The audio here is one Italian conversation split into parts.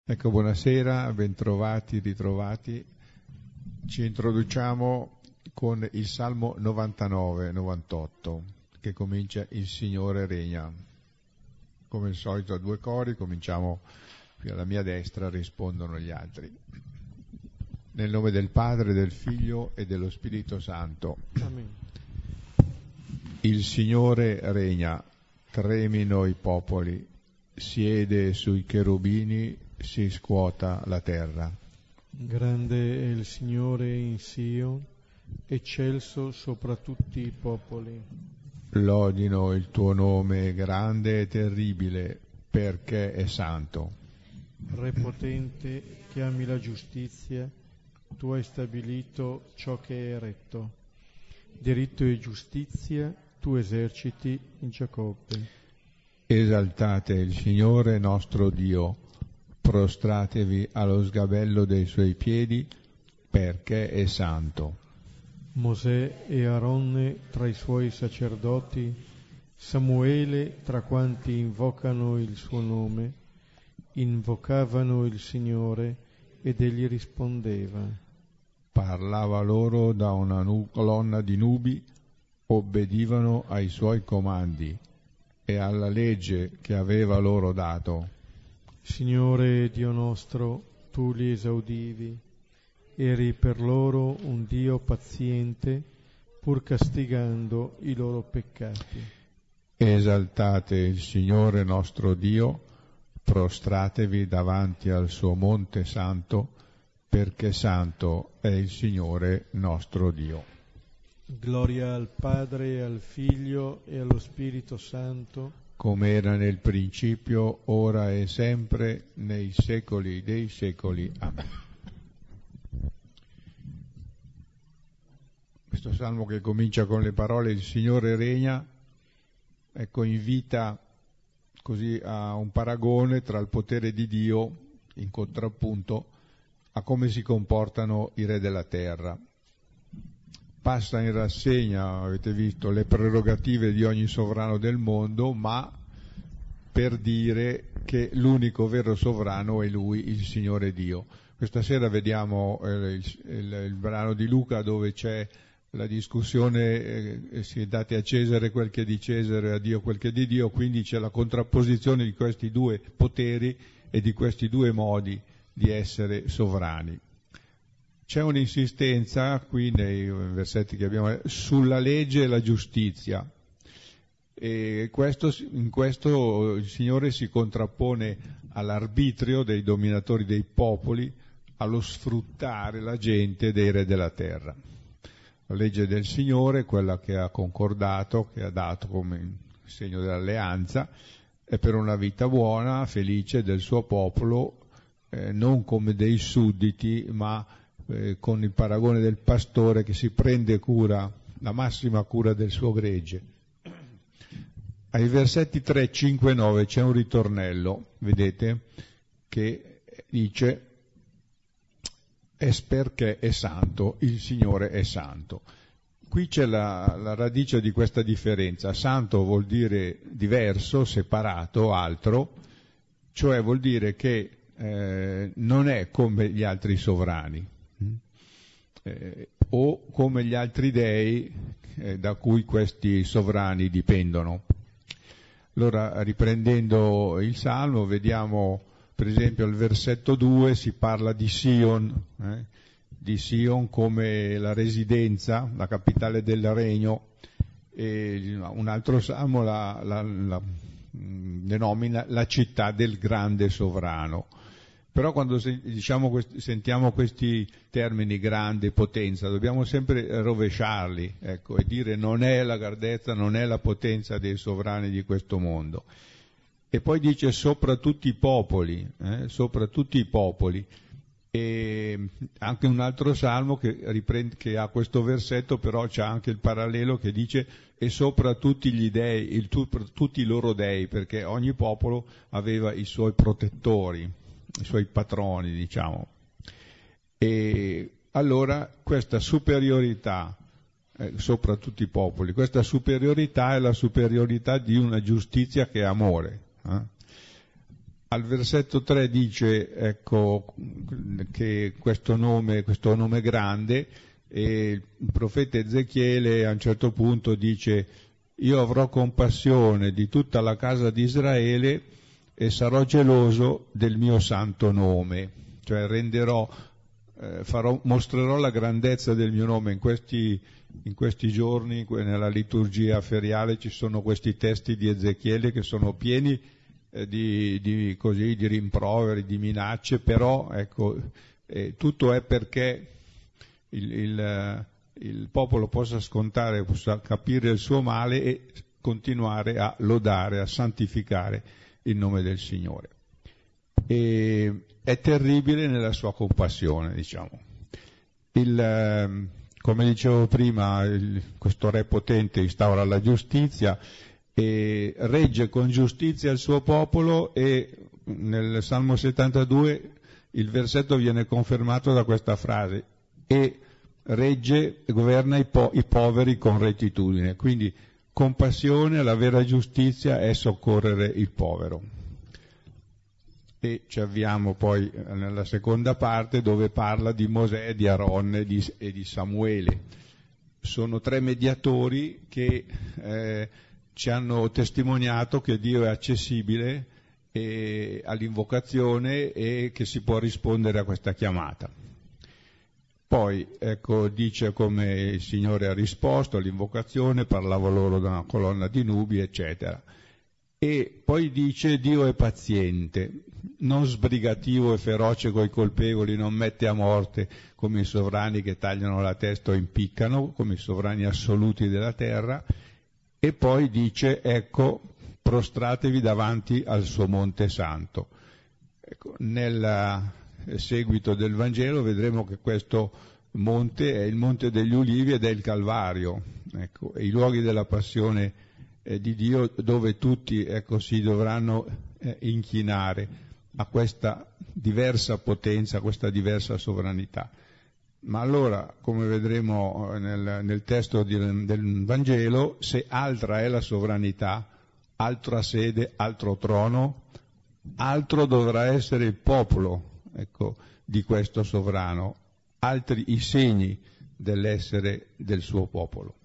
Ecco, buonasera, bentrovati, ritrovati. Ci introduciamo con il Salmo 99-98, che comincia Il Signore regna. Come al solito a due cori, cominciamo qui alla mia destra, rispondono gli altri. Nel nome del Padre, del Figlio e dello Spirito Santo. Amen. Il Signore regna, tremino i popoli, siede sui cherubini, si scuota la terra. Grande è il Signore in Sion, eccelso sopra tutti i popoli. Lodino il tuo nome grande e terribile, perché è santo. Re potente, che ami la giustizia, tu hai stabilito ciò che è retto. Diritto e giustizia tu eserciti in Giacobbe. Esaltate il Signore nostro Dio, prostratevi allo sgabello dei suoi piedi, perché è santo. Mosè e Aronne tra i suoi sacerdoti, Samuele tra quanti invocano il suo nome, invocavano il Signore ed egli rispondeva. Parlava loro da una colonna di nubi, obbedivano ai suoi comandi e alla legge che aveva loro dato. Signore Dio nostro, tu li esaudivi, eri per loro un Dio paziente, pur castigando i loro peccati. Esaltate il Signore nostro Dio, prostratevi davanti al suo monte santo, perché santo è il Signore nostro Dio. Gloria al Padre, al Figlio e allo Spirito Santo, come era nel principio, ora e sempre, nei secoli dei secoli. Amen. Questo salmo che comincia con le parole "Il Signore regna", ecco, invita così a un paragone tra il potere di Dio, in contrappunto a come si comportano i re della terra. Passa in rassegna, avete visto, le prerogative di ogni sovrano del mondo, ma per dire che l'unico vero sovrano è Lui, il Signore Dio. Questa sera vediamo il brano di Luca dove c'è la discussione, si è dati a Cesare quel che è di Cesare, a Dio quel che è di Dio, quindi c'è la contrapposizione di questi due poteri e di questi due modi di essere sovrani. C'è un'insistenza qui nei versetti che abbiamo sulla legge e la giustizia, e in questo il Signore si contrappone all'arbitrio dei dominatori dei popoli, allo sfruttare la gente dei re della terra. La legge del Signore, quella che ha concordato, che ha dato come segno dell'alleanza, è per una vita buona, felice del suo popolo, non come dei sudditi, ma con il paragone del pastore che si prende cura, la massima cura del suo gregge. Ai versetti 3, 5 e 9 c'è un ritornello, vedete, che dice perché è santo, il Signore è santo. Qui c'è la radice di questa differenza. Santo vuol dire diverso, separato, altro, cioè vuol dire che non è come gli altri sovrani, o come gli altri dei da cui questi sovrani dipendono. Allora, riprendendo il Salmo, vediamo per esempio al versetto 2 si parla di Sion come la residenza, la capitale del regno, e un altro Salmo la denomina la città del grande sovrano. Però quando sentiamo questi termini, grande, potenza, dobbiamo sempre rovesciarli, ecco, e dire non è la grandezza, non è la potenza dei sovrani di questo mondo. E poi dice sopra tutti i popoli, e anche un altro salmo che ha questo versetto, però c'ha anche il parallelo che dice e sopra tutti gli dei, tutti i loro dei, perché ogni popolo aveva i suoi protettori, i suoi patroni, diciamo. E allora questa superiorità sopra tutti i popoli, questa superiorità è la superiorità di una giustizia che è amore. al versetto 3 dice, ecco, che questo nome grande, e il profeta Ezechiele a un certo punto dice: io avrò compassione di tutta la casa di Israele e sarò geloso del mio santo nome, cioè mostrerò la grandezza del mio nome. In questi giorni, nella liturgia feriale, ci sono questi testi di Ezechiele che sono pieni di rimproveri, di minacce, però ecco, tutto è perché il popolo possa scontare, possa capire il suo male e continuare a lodare, a santificare il nome del Signore. E è terribile nella sua compassione, diciamo. Come dicevo prima, questo Re potente instaura la giustizia e regge con giustizia il suo popolo, e nel Salmo 72 il versetto viene confermato da questa frase: e regge e governa i poveri con rettitudine. Quindi compassione, la vera giustizia è soccorrere il povero. E ci avviamo poi nella seconda parte, dove parla di Mosè, di Aaron e di Samuele. Sono tre mediatori che ci hanno testimoniato che Dio è accessibile all'invocazione e che si può rispondere a questa chiamata. Poi, ecco, dice come il Signore ha risposto all'invocazione, parlava loro da una colonna di nubi, eccetera. E poi dice: Dio è paziente, non sbrigativo e feroce coi colpevoli, non mette a morte come i sovrani che tagliano la testa o impiccano, come i sovrani assoluti della terra. E poi dice: ecco, prostratevi davanti al suo monte santo. Ecco, nel seguito del Vangelo vedremo che questo monte è il Monte degli Ulivi ed è il Calvario, ecco, e i luoghi della passione di Dio, dove tutti, ecco, si dovranno inchinare a questa diversa potenza, a questa diversa sovranità. Ma allora, come vedremo nel testo del Vangelo, se altra è la sovranità, altra sede, altro trono, altro dovrà essere il popolo, ecco, di questo sovrano, altri i segni dell'essere del suo popolo.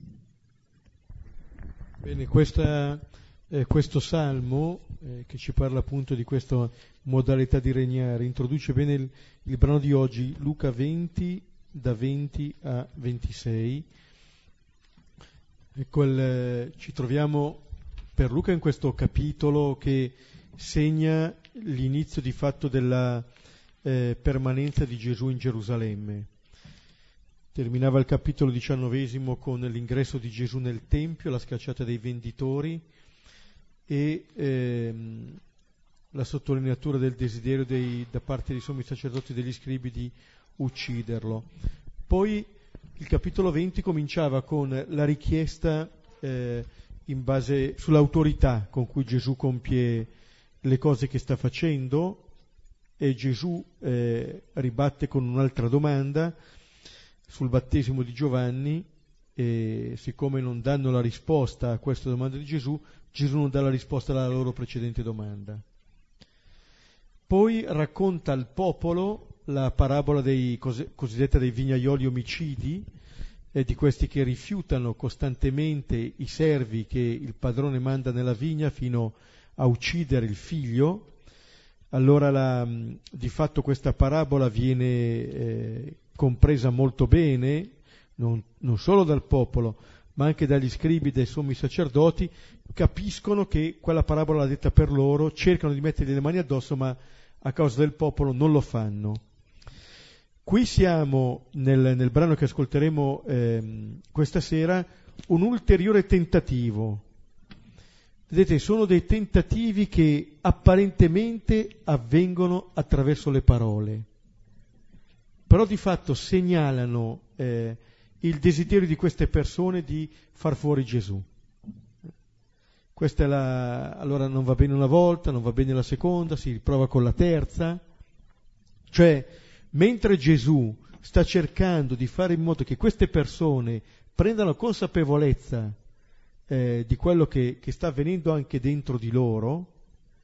Bene, questo salmo che ci parla appunto di questa modalità di regnare introduce bene il brano di oggi, Luca 20, da 20 a 26. Ecco, ci troviamo per Luca in questo capitolo che segna l'inizio di fatto della permanenza di Gesù in Gerusalemme. Terminava il capitolo 19 con l'ingresso di Gesù nel Tempio, la scacciata dei venditori e la sottolineatura del desiderio da parte dei sommi sacerdoti e degli scribi di ucciderlo. Poi il capitolo 20 cominciava con la richiesta in base sull'autorità con cui Gesù compie le cose che sta facendo, e Gesù ribatte con un'altra domanda sul battesimo di Giovanni, e siccome non danno la risposta a questa domanda di Gesù, Gesù non dà la risposta alla loro precedente domanda. Poi racconta al popolo la parabola cosiddetta dei vignaioli omicidi, di questi che rifiutano costantemente i servi che il padrone manda nella vigna fino a uccidere il figlio. Allora di fatto questa parabola viene compresa molto bene, non solo dal popolo, ma anche dagli scribi, dai sommi sacerdoti. Capiscono che quella parabola l'ha detta per loro, cercano di mettergli le mani addosso, ma a causa del popolo non lo fanno. Qui siamo nel brano che ascolteremo questa sera, un ulteriore tentativo. Vedete, sono dei tentativi che apparentemente avvengono attraverso le parole, però di fatto segnalano il desiderio di queste persone di far fuori Gesù. Questa è allora non va bene una volta, non va bene la seconda, si riprova con la terza. Cioè, mentre Gesù sta cercando di fare in modo che queste persone prendano consapevolezza di quello che sta avvenendo anche dentro di loro,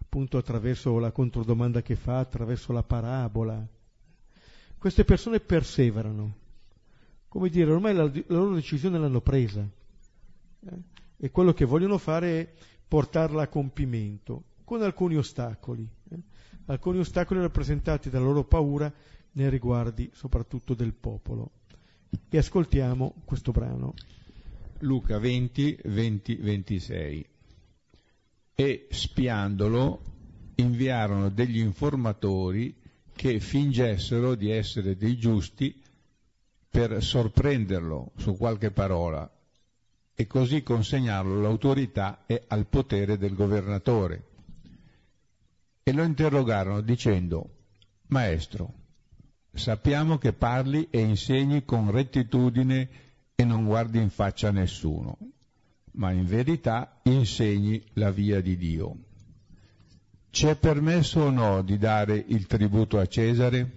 appunto attraverso la controdomanda che fa, attraverso la parabola. Queste persone perseverano, come dire, ormai la loro decisione l'hanno presa, e quello che vogliono fare è portarla a compimento, con alcuni ostacoli rappresentati dalla loro paura nei riguardi soprattutto del popolo. E ascoltiamo questo brano. Luca 20-26. E spiandolo inviarono degli informatori che fingessero di essere dei giusti per sorprenderlo su qualche parola e così consegnarlo all'autorità e al potere del governatore. E lo interrogarono dicendo: Maestro, sappiamo che parli e insegni con rettitudine e non guardi in faccia a nessuno, ma in verità insegni la via di Dio. Ci è permesso o no di dare il tributo a Cesare?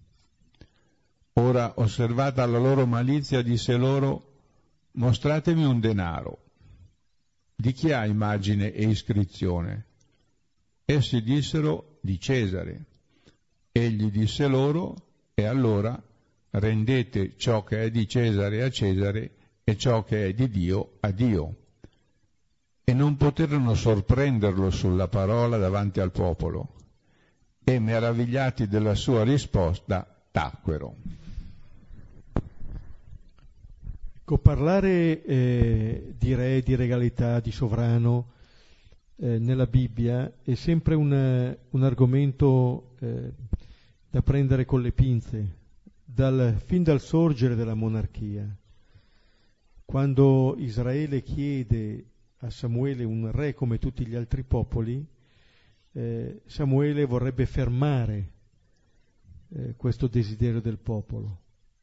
Ora, osservata la loro malizia, disse loro: mostratemi un denaro. Di chi ha immagine e iscrizione? Essi dissero: di Cesare. Egli disse loro: e allora rendete ciò che è di Cesare a Cesare e ciò che è di Dio a Dio. E non poterono sorprenderlo sulla parola davanti al popolo, e meravigliati della sua risposta tacquero. Parlare di re, di regalità, di sovrano nella Bibbia è sempre un argomento da prendere con le pinze, fin dal sorgere della monarchia. Quando Israele chiede a Samuele un re come tutti gli altri popoli, Samuele vorrebbe fermare questo desiderio del popolo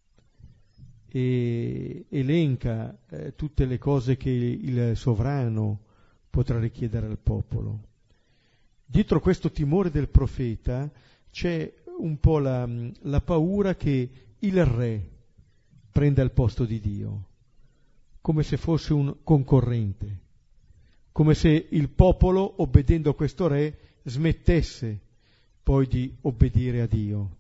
e elenca tutte le cose che il sovrano potrà richiedere al popolo. Dietro questo timore del profeta c'è un po' la paura che il re prenda il posto di Dio, come se fosse un concorrente, come se il popolo, obbedendo a questo re, smettesse poi di obbedire a Dio.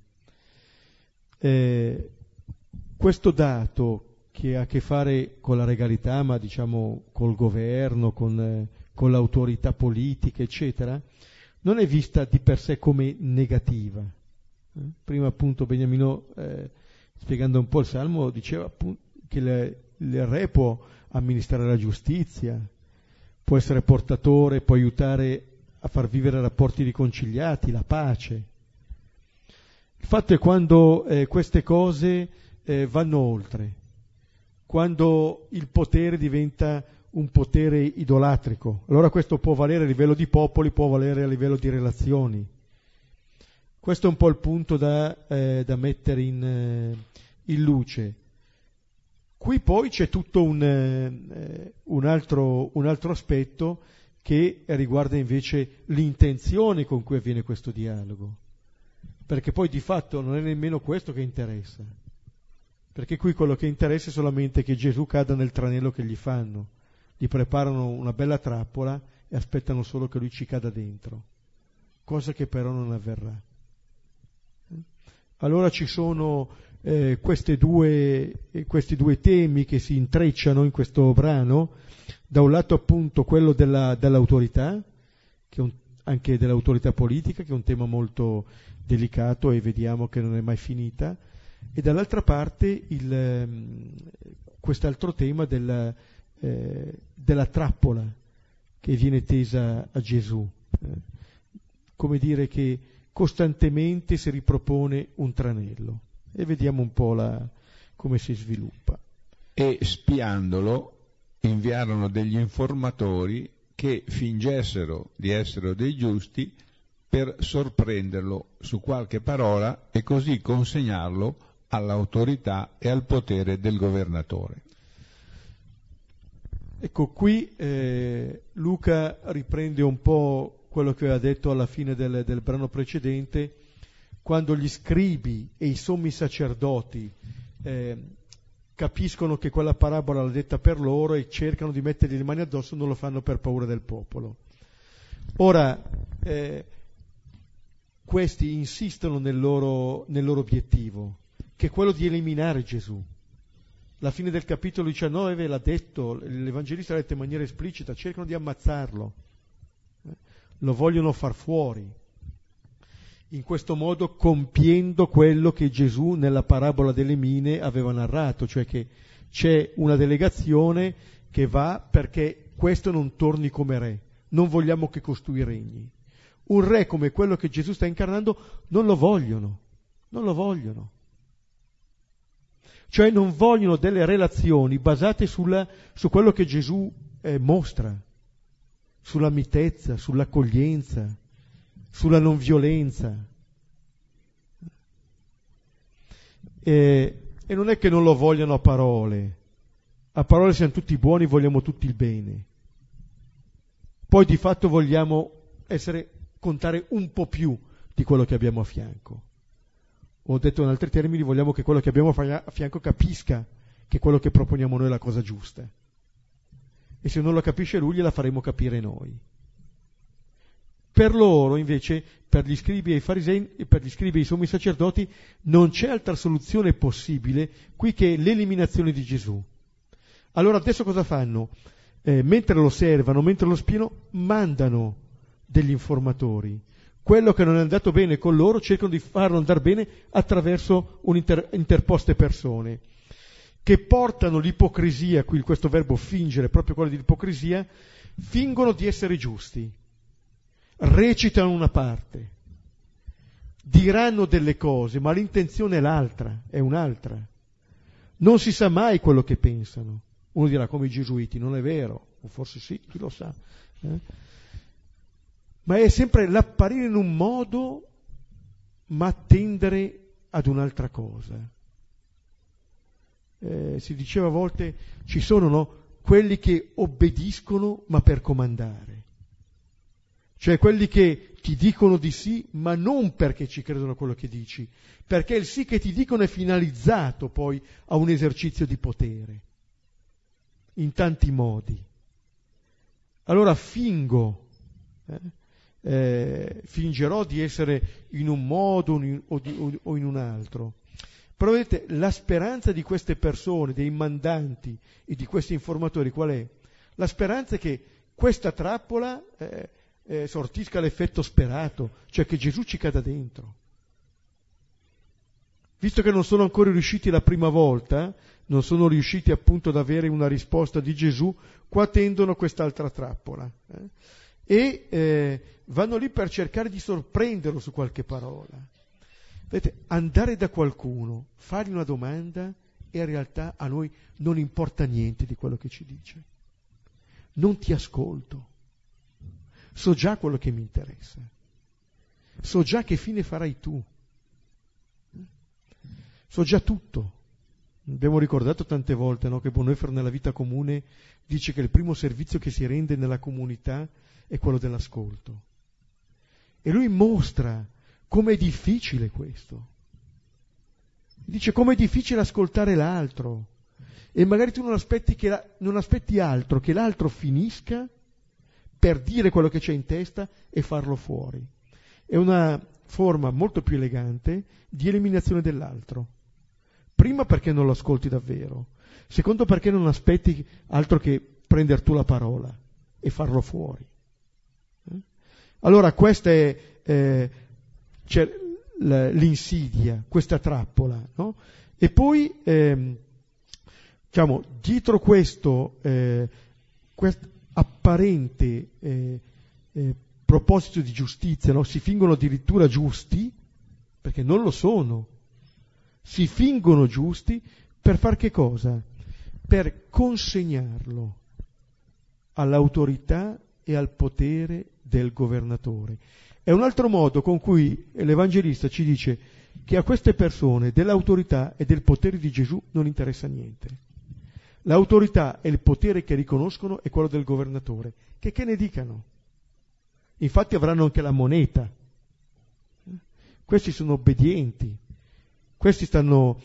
Questo dato, che ha a che fare con la regalità, ma diciamo col governo, con l'autorità politica, eccetera, non è vista di per sé come negativa. Prima appunto Beniamino, spiegando un po' il Salmo, diceva appunto che il re può amministrare la giustizia, può essere portatore, può aiutare a far vivere rapporti riconciliati, la pace. Il fatto è quando queste cose vanno oltre, quando il potere diventa un potere idolatrico. Allora questo può valere a livello di popoli, può valere a livello di relazioni. Questo è un po' il punto da mettere in luce. Qui poi c'è tutto un altro aspetto che riguarda invece l'intenzione con cui avviene questo dialogo, perché poi di fatto non è nemmeno questo che interessa, perché qui quello che interessa è solamente che Gesù cada nel tranello che gli fanno, gli preparano una bella trappola e aspettano solo che lui ci cada dentro, cosa che però non avverrà. Allora ci sono questi due temi che si intrecciano in questo brano. Da un lato appunto quello dell'autorità, che è anche dell'autorità politica, che è un tema molto delicato e vediamo che non è mai finita, e dall'altra parte quest'altro tema della trappola che viene tesa a Gesù, come dire che costantemente si ripropone un tranello, e vediamo un po' come si sviluppa. E spiandolo inviarono degli informatori che fingessero di essere dei giusti per sorprenderlo su qualche parola e così consegnarlo all'autorità e al potere del governatore. Ecco, qui Luca riprende un po' quello che aveva detto alla fine del brano precedente, quando gli scribi e i sommi sacerdoti capiscono che quella parabola l'ha detta per loro e cercano di mettergli le mani addosso, non lo fanno per paura del popolo. Ora, questi insistono nel loro obiettivo, che è quello di eliminare Gesù. La fine del capitolo 19 l'ha detto, l'Evangelista l'ha detto in maniera esplicita, cercano di ammazzarlo, lo vogliono far fuori, in questo modo compiendo quello che Gesù nella parabola delle mine aveva narrato, cioè che c'è una delegazione che va perché questo non torni come re, non vogliamo che costui regni. Un re come quello che Gesù sta incarnando non lo vogliono. Cioè non vogliono delle relazioni basate su quello che Gesù mostra, sulla mitezza, sull'accoglienza, sulla non violenza. E non è che non lo vogliano a parole siamo tutti buoni, vogliamo tutti il bene. Poi di fatto vogliamo contare un po' più di quello che abbiamo a fianco. Ho detto in altri termini, vogliamo che quello che abbiamo a fianco capisca che quello che proponiamo noi è la cosa giusta. E se non lo capisce lui, gliela faremo capire noi. Per loro, invece, per gli scribi e i farisei e per gli scribi e i sommi sacerdoti, non c'è altra soluzione possibile qui che l'eliminazione di Gesù. Allora adesso cosa fanno? Mentre lo osservano, mentre lo spiano, mandano degli informatori. Quello che non è andato bene con loro cercano di farlo andare bene attraverso interposte persone che portano l'ipocrisia, qui questo verbo fingere, proprio quello di ipocrisia, fingono di essere giusti, recitano una parte, diranno delle cose, ma l'intenzione è un'altra. Non si sa mai quello che pensano. Uno dirà come i gesuiti, non è vero, o forse sì, chi lo sa. Ma è sempre l'apparire in un modo, ma tendere ad un'altra cosa. Si diceva a volte, ci sono quelli che obbediscono ma per comandare. Cioè quelli che ti dicono di sì, ma non perché ci credono a quello che dici, perché il sì che ti dicono è finalizzato poi a un esercizio di potere, in tanti modi. Allora fingerò di essere in un modo o in un altro. Però vedete, la speranza di queste persone, dei mandanti e di questi informatori qual è? La speranza è che questa trappola sortisca l'effetto sperato, cioè che Gesù ci cada dentro. Visto che non sono ancora riusciti la prima volta, non sono riusciti appunto ad avere una risposta di Gesù, qua tendono quest'altra trappola. E vanno lì per cercare di sorprenderlo su qualche parola. Vedete, andare da qualcuno, fargli una domanda e in realtà a noi non importa niente di quello che ci dice. Non ti ascolto. So già quello che mi interessa. So già che fine farai tu. So già tutto. Abbiamo ricordato tante volte, no, che Bonhoeffer nella vita comune dice che il primo servizio che si rende nella comunità è quello dell'ascolto. E lui mostra com'è difficile questo. Dice com'è difficile ascoltare l'altro. E magari tu non aspetti altro che l'altro finisca per dire quello che c'è in testa e farlo fuori. È una forma molto più elegante di eliminazione dell'altro. Prima perché non lo ascolti davvero. Secondo perché non aspetti altro che prendere tu la parola e farlo fuori. Allora questa è c'è l'insidia, questa trappola, no? E poi dietro questo apparente proposito di giustizia, no? Si fingono addirittura giusti perché non lo sono, si fingono giusti per far che cosa? Per consegnarlo all'autorità e al potere del governatore. È un altro modo con cui l'Evangelista ci dice che a queste persone dell'autorità e del potere di Gesù non interessa niente. L'autorità e il potere che riconoscono è quello del governatore, che ne dicano. Infatti avranno anche la moneta. Questi sono obbedienti, questi stanno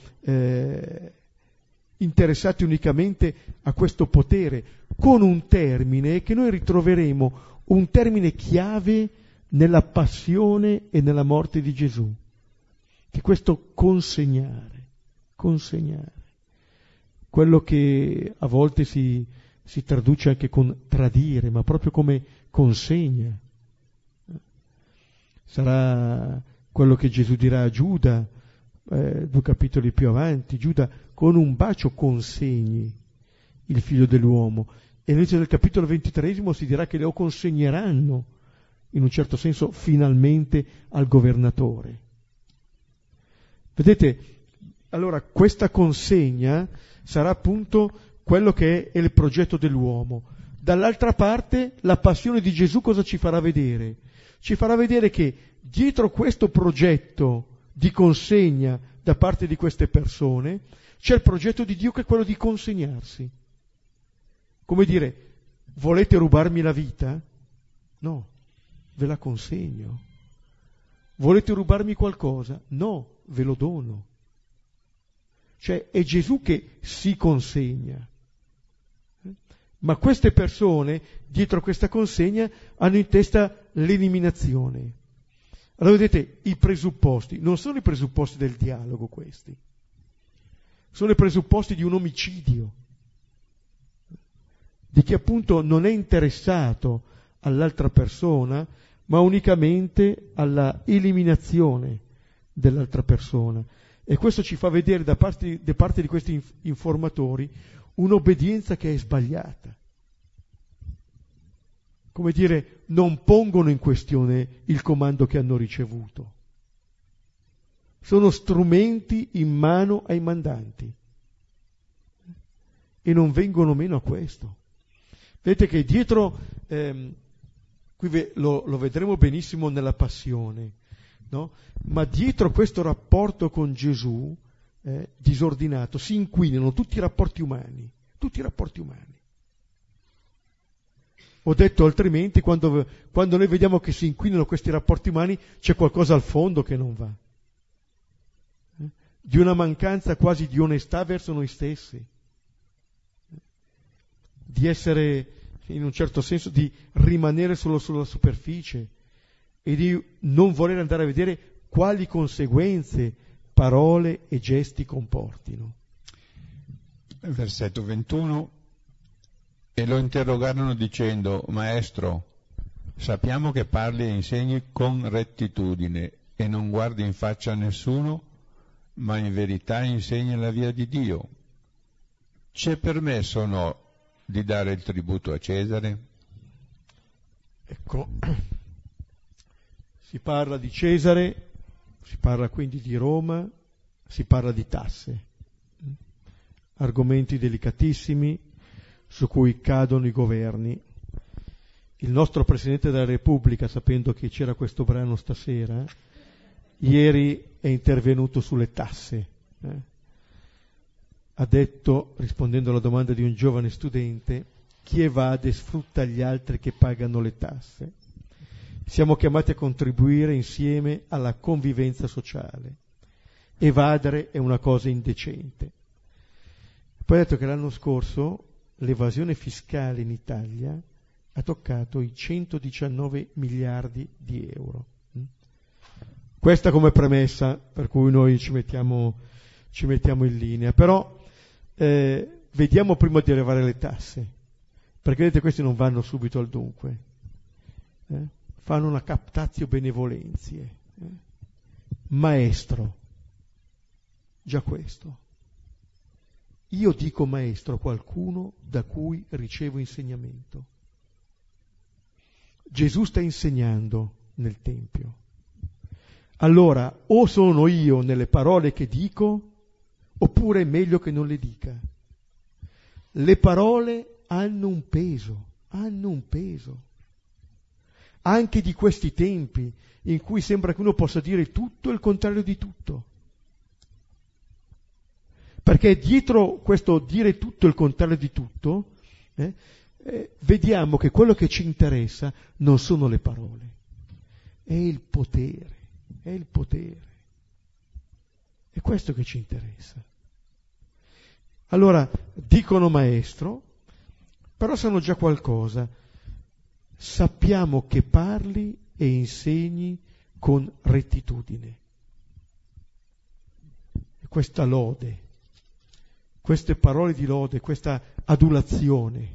interessati unicamente a questo potere, con un termine che noi ritroveremo un termine chiave nella passione e nella morte di Gesù, che è questo consegnare, quello che a volte si traduce anche con tradire, ma proprio come consegna. Sarà quello che Gesù dirà a Giuda, 2 capitoli più avanti: Giuda, con un bacio consegni il figlio dell'uomo. E all'inizio del capitolo 23 si dirà che lo consegneranno, in un certo senso, finalmente al governatore. Vedete, allora questa consegna sarà appunto quello che è il progetto dell'uomo. Dall'altra parte, la passione di Gesù cosa ci farà vedere? Ci farà vedere che dietro questo progetto di consegna da parte di queste persone c'è il progetto di Dio, che è quello di consegnarsi. Come dire, volete rubarmi la vita? No, ve la consegno. Volete rubarmi qualcosa? No, ve lo dono. Cioè è Gesù che si consegna. Ma queste persone, dietro questa consegna, hanno in testa l'eliminazione. Allora vedete, i presupposti non sono i presupposti del dialogo, questi. Sono i presupposti di un omicidio, di chi appunto non è interessato all'altra persona, ma unicamente alla eliminazione dell'altra persona. E questo ci fa vedere da parte di questi informatori un'obbedienza che è sbagliata. Come dire, non pongono in questione il comando che hanno ricevuto. Sono strumenti in mano ai mandanti e non vengono meno a questo. Vedete che dietro, qui lo vedremo benissimo nella passione, no? Ma dietro questo rapporto con Gesù disordinato si inquinano tutti i rapporti umani. Ho detto altrimenti, quando noi vediamo che si inquinano questi rapporti umani, c'è qualcosa al fondo che non va, di una mancanza quasi di onestà verso noi stessi, di essere, in un certo senso, di rimanere solo sulla superficie e di non voler andare a vedere quali conseguenze parole e gesti comportino. Versetto 21: e lo interrogarono dicendo: Maestro, sappiamo che parli e insegni con rettitudine e non guardi in faccia a nessuno, ma in verità insegni la via di Dio. C'è permesso o no di dare il tributo a Cesare? Ecco, si parla di Cesare, si parla quindi di Roma, si parla di tasse, argomenti delicatissimi su cui cadono i governi. Il nostro Presidente della Repubblica, sapendo che c'era questo brano stasera, ieri è intervenuto sulle tasse. Ha detto, rispondendo alla domanda di un giovane studente: chi evade sfrutta gli altri che pagano le tasse. Siamo chiamati a contribuire insieme alla convivenza sociale. Evadere è una cosa indecente. Poi ha detto che l'anno scorso l'evasione fiscale in Italia ha toccato i 119 miliardi di euro. Questa come premessa, per cui noi ci mettiamo in linea. Però vediamo prima di elevare le tasse, perché vedete, questi non vanno subito al dunque, fanno una captatio benevolenzie. Maestro, già questo. Io dico maestro a qualcuno da cui ricevo insegnamento. Gesù sta insegnando nel Tempio. Allora, o sono io nelle parole che dico, oppure è meglio che non le dica. Le parole hanno un peso, anche di questi tempi in cui sembra che uno possa dire tutto e il contrario di tutto. Perché dietro questo dire tutto e il contrario di tutto, vediamo che quello che ci interessa non sono le parole, è il potere. È questo che ci interessa. Allora, dicono maestro, però sanno già qualcosa. sappiamo che parli e insegni con rettitudine. Questa lode, queste parole di lode, questa adulazione,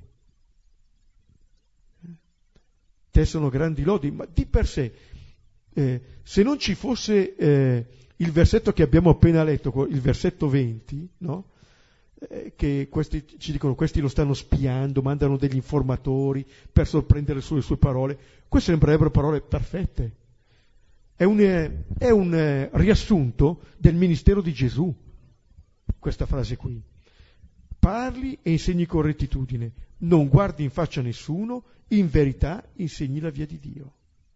te sono grandi lodi, ma di per sé, se non ci fosse il versetto che abbiamo appena letto, il versetto 20, no? Che questi ci dicono, questi lo stanno spiando, mandano degli informatori per sorprendere sulle sue parole, queste sembrerebbero parole perfette. È un riassunto del ministero di Gesù, questa frase qui. Parli e insegni con rettitudine, non guardi in faccia a nessuno, in verità insegni la via di Dio.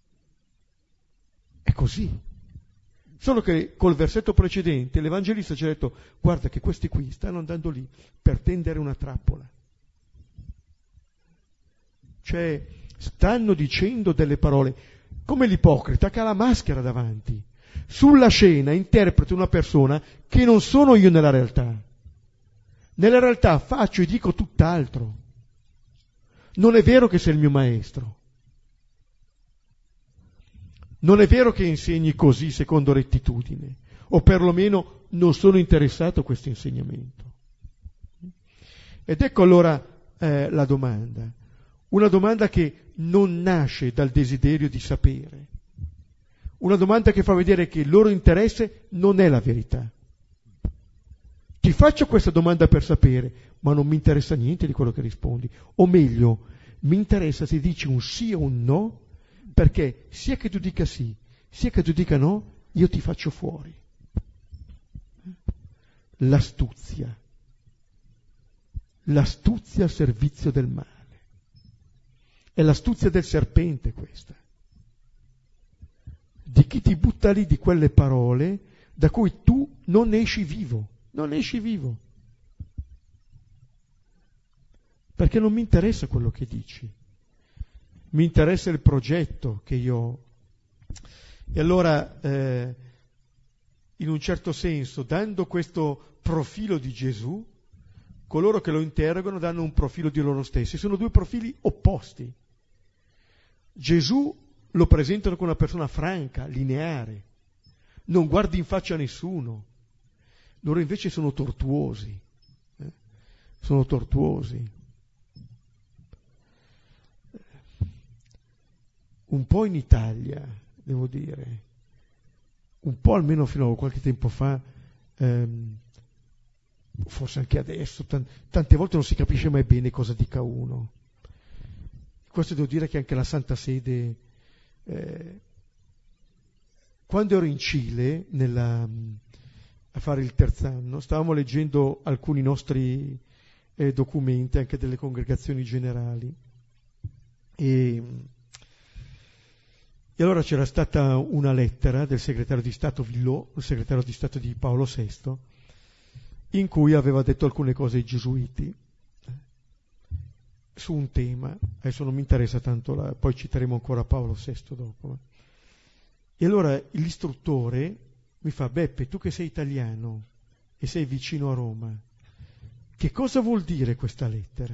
È così. Solo che col versetto precedente l'Evangelista ci ha detto: guarda che questi qui stanno andando lì per tendere una trappola. Cioè, stanno dicendo delle parole come l'ipocrita che ha la maschera davanti. Sulla scena interpreta una persona che non sono io nella realtà. Nella realtà faccio e dico tutt'altro. Non è vero che sei il mio maestro. Non è vero che insegni così secondo rettitudine, o perlomeno non sono interessato a questo insegnamento. Ed ecco allora la domanda. Una domanda che non nasce dal desiderio di sapere. Una domanda che fa vedere che il loro interesse non è la verità. Ti faccio questa domanda per sapere, ma non mi interessa niente di quello che rispondi. O meglio, mi interessa se dici un sì o un no, perché sia che tu dica sì, sia che tu dica no, io ti faccio fuori. L'astuzia al servizio del male. È l'astuzia del serpente questa, di chi ti butta lì di quelle parole da cui tu non esci vivo, perché non mi interessa quello che dici, mi interessa il progetto che io ho. E allora, in un certo senso, dando questo profilo di Gesù, coloro che lo interrogano danno un profilo di loro stessi. Sono due profili opposti. Gesù lo presentano come una persona franca, lineare, non guardi in faccia a nessuno. Loro invece sono tortuosi. Sono tortuosi. Un po' in Italia, devo dire, un po' almeno fino a qualche tempo fa, forse anche adesso, tante volte non si capisce mai bene cosa dica uno. Questo devo dire che anche la Santa Sede, quando ero in Cile a fare il terzo anno, stavamo leggendo alcuni nostri documenti anche delle congregazioni generali e allora c'era stata una lettera del segretario di Stato Villot, il segretario di Stato di Paolo VI, in cui aveva detto alcune cose ai gesuiti su un tema. Adesso non mi interessa tanto, poi citeremo ancora Paolo VI dopo. E allora l'istruttore mi fa: Beppe, tu che sei italiano e sei vicino a Roma, che cosa vuol dire questa lettera?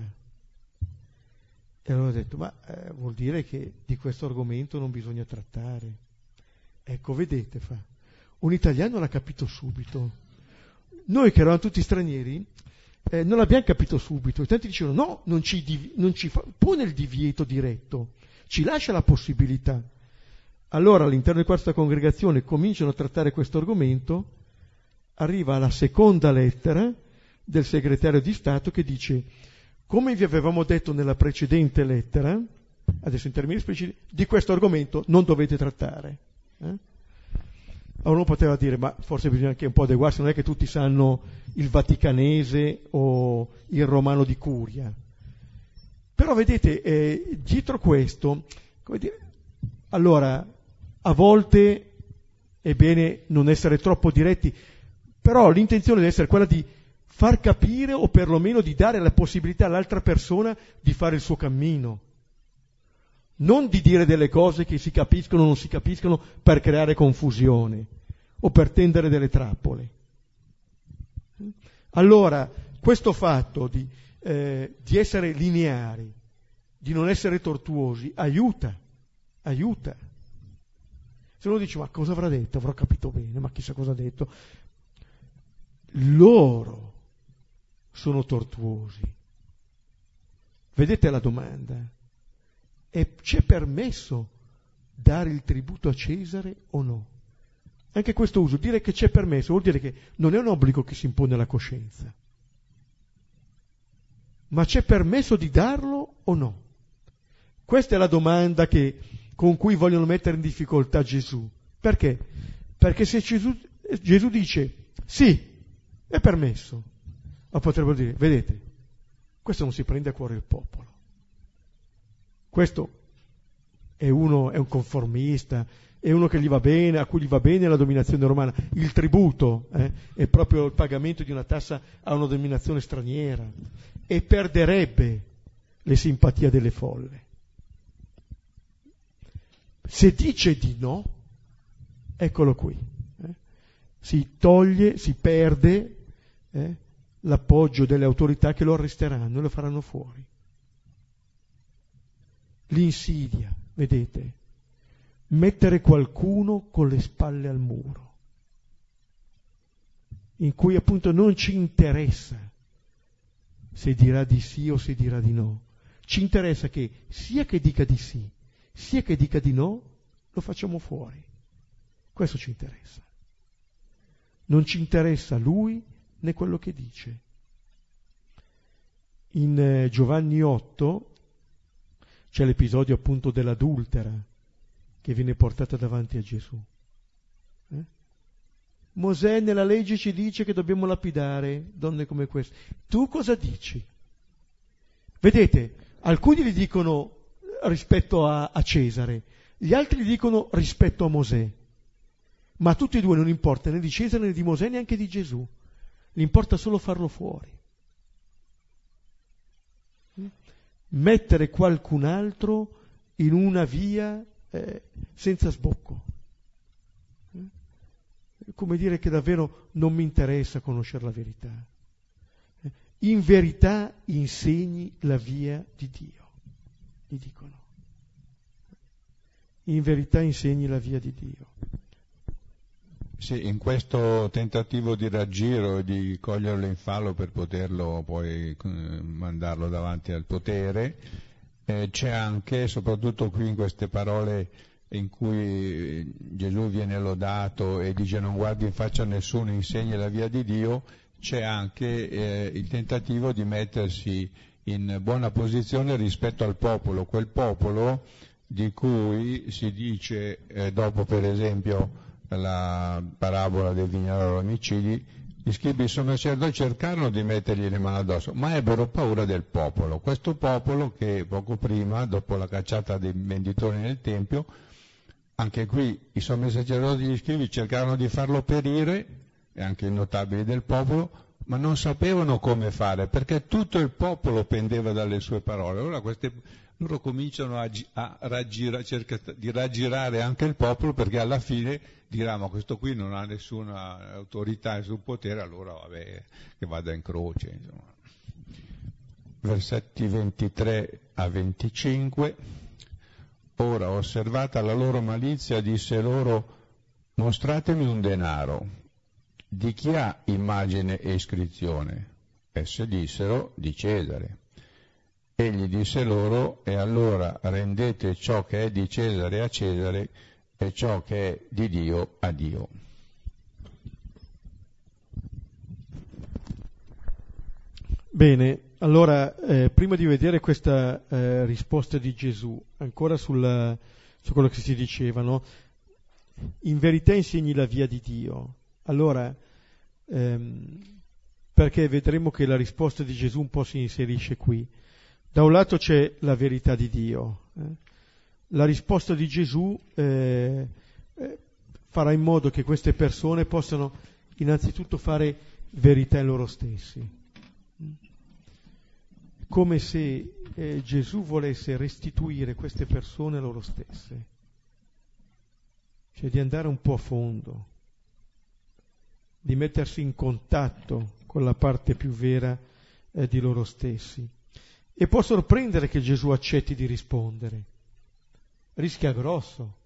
E allora ho detto: vuol dire che di questo argomento non bisogna trattare. Ecco, vedete, un italiano l'ha capito subito. Noi che eravamo tutti stranieri non l'abbiamo capito subito, e tanti dicevano: no, non ci pone il divieto diretto, ci lascia la possibilità. Allora all'interno di questa congregazione cominciano a trattare questo argomento, arriva la seconda lettera del segretario di Stato che dice: come vi avevamo detto nella precedente lettera, adesso in termini specifici, di questo argomento non dovete trattare. Allora uno poteva dire: ma forse bisogna anche un po' adeguarsi, non è che tutti sanno il vaticanese o il romano di Curia. Però vedete, dietro questo, come dire, allora a volte è bene non essere troppo diretti, però l'intenzione deve essere quella di far capire o perlomeno di dare la possibilità all'altra persona di fare il suo cammino, non di dire delle cose che si capiscono o non si capiscono per creare confusione o per tendere delle trappole. Allora, questo fatto di essere lineari, di non essere tortuosi aiuta. Se uno dice, ma cosa avrà detto? Avrò capito bene, ma chissà cosa ha detto. Loro sono tortuosi. Vedete la domanda? E c'è permesso dare il tributo a Cesare o no? Anche questo uso, dire che c'è permesso, vuol dire che non è un obbligo che si impone alla coscienza, ma c'è permesso di darlo o no? Questa è la domanda con cui vogliono mettere in difficoltà Gesù. Perché? Perché se Gesù dice sì, è permesso, ma potrebbero dire, vedete, questo non si prende a cuore il popolo. Questo è un conformista, è uno che gli va bene, a cui gli va bene la dominazione romana. Il tributo è proprio il pagamento di una tassa a una dominazione straniera e perderebbe le simpatie delle folle. Se dice di no, eccolo qui, si toglie, si perde l'appoggio delle autorità che lo arresteranno e lo faranno fuori. L'insidia, vedete, mettere qualcuno con le spalle al muro, in cui appunto non ci interessa se dirà di sì o se dirà di no, ci interessa che sia che dica di sì, sia che dica di no, lo facciamo fuori. Questo ci interessa. Non ci interessa lui né quello che dice. In Giovanni 8 c'è l'episodio appunto dell'adultera che viene portata davanti a Gesù. Mosè nella legge ci dice che dobbiamo lapidare donne come queste. Tu cosa dici? Vedete, alcuni gli dicono rispetto a Cesare, gli altri gli dicono rispetto a Mosè, ma a tutti e due non importa né di Cesare né di Mosè neanche di Gesù, gli importa solo farlo fuori. Mettere qualcun altro in una via senza sbocco. Come dire che davvero non mi interessa conoscere la verità. In verità insegni la via di Dio, gli dicono. In verità insegni la via di Dio. Sì, in questo tentativo di raggiro e di coglierlo in fallo per poterlo poi mandarlo davanti al potere, c'è anche, soprattutto qui in queste parole in cui Gesù viene lodato e dice non guardi in faccia a nessuno, insegni la via di Dio, c'è anche il tentativo di mettersi in buona posizione rispetto al popolo, quel popolo di cui si dice, dopo per esempio la parabola del vignaiolo omicidi, gli scribi e i sacerdoti cercarono di mettergli le mani addosso, ma ebbero paura del popolo. Questo popolo che poco prima, dopo la cacciata dei venditori nel Tempio, anche qui i sommi sacerdoti e gli scribi cercarono di farlo perire, e anche i notabili del popolo, ma non sapevano come fare, perché tutto il popolo pendeva dalle sue parole. Allora loro cominciano a cercare di raggirare anche il popolo, perché alla fine dirà ma questo qui non ha nessuna autorità, nessun potere, allora vabbè che vada in croce. Insomma. Versetti 23 a 25. Ora, osservata la loro malizia, disse loro: mostratemi un denaro. Di chi ha immagine e iscrizione? Esse dissero: di Cesare. Egli disse loro: e allora rendete ciò che è di Cesare a Cesare e ciò che è di Dio a Dio. Bene, allora prima di vedere questa risposta di Gesù, ancora su quello che si diceva, no? In verità insegni la via di Dio. Allora, perché vedremo che la risposta di Gesù un po' si inserisce qui. Da un lato c'è la verità di Dio. La risposta di Gesù farà in modo che queste persone possano innanzitutto fare verità in loro stessi. Come se Gesù volesse restituire queste persone a loro stesse, cioè di andare un po' a fondo, di mettersi in contatto con la parte più vera di loro stessi. E può sorprendere che Gesù accetti di rispondere. Rischia grosso.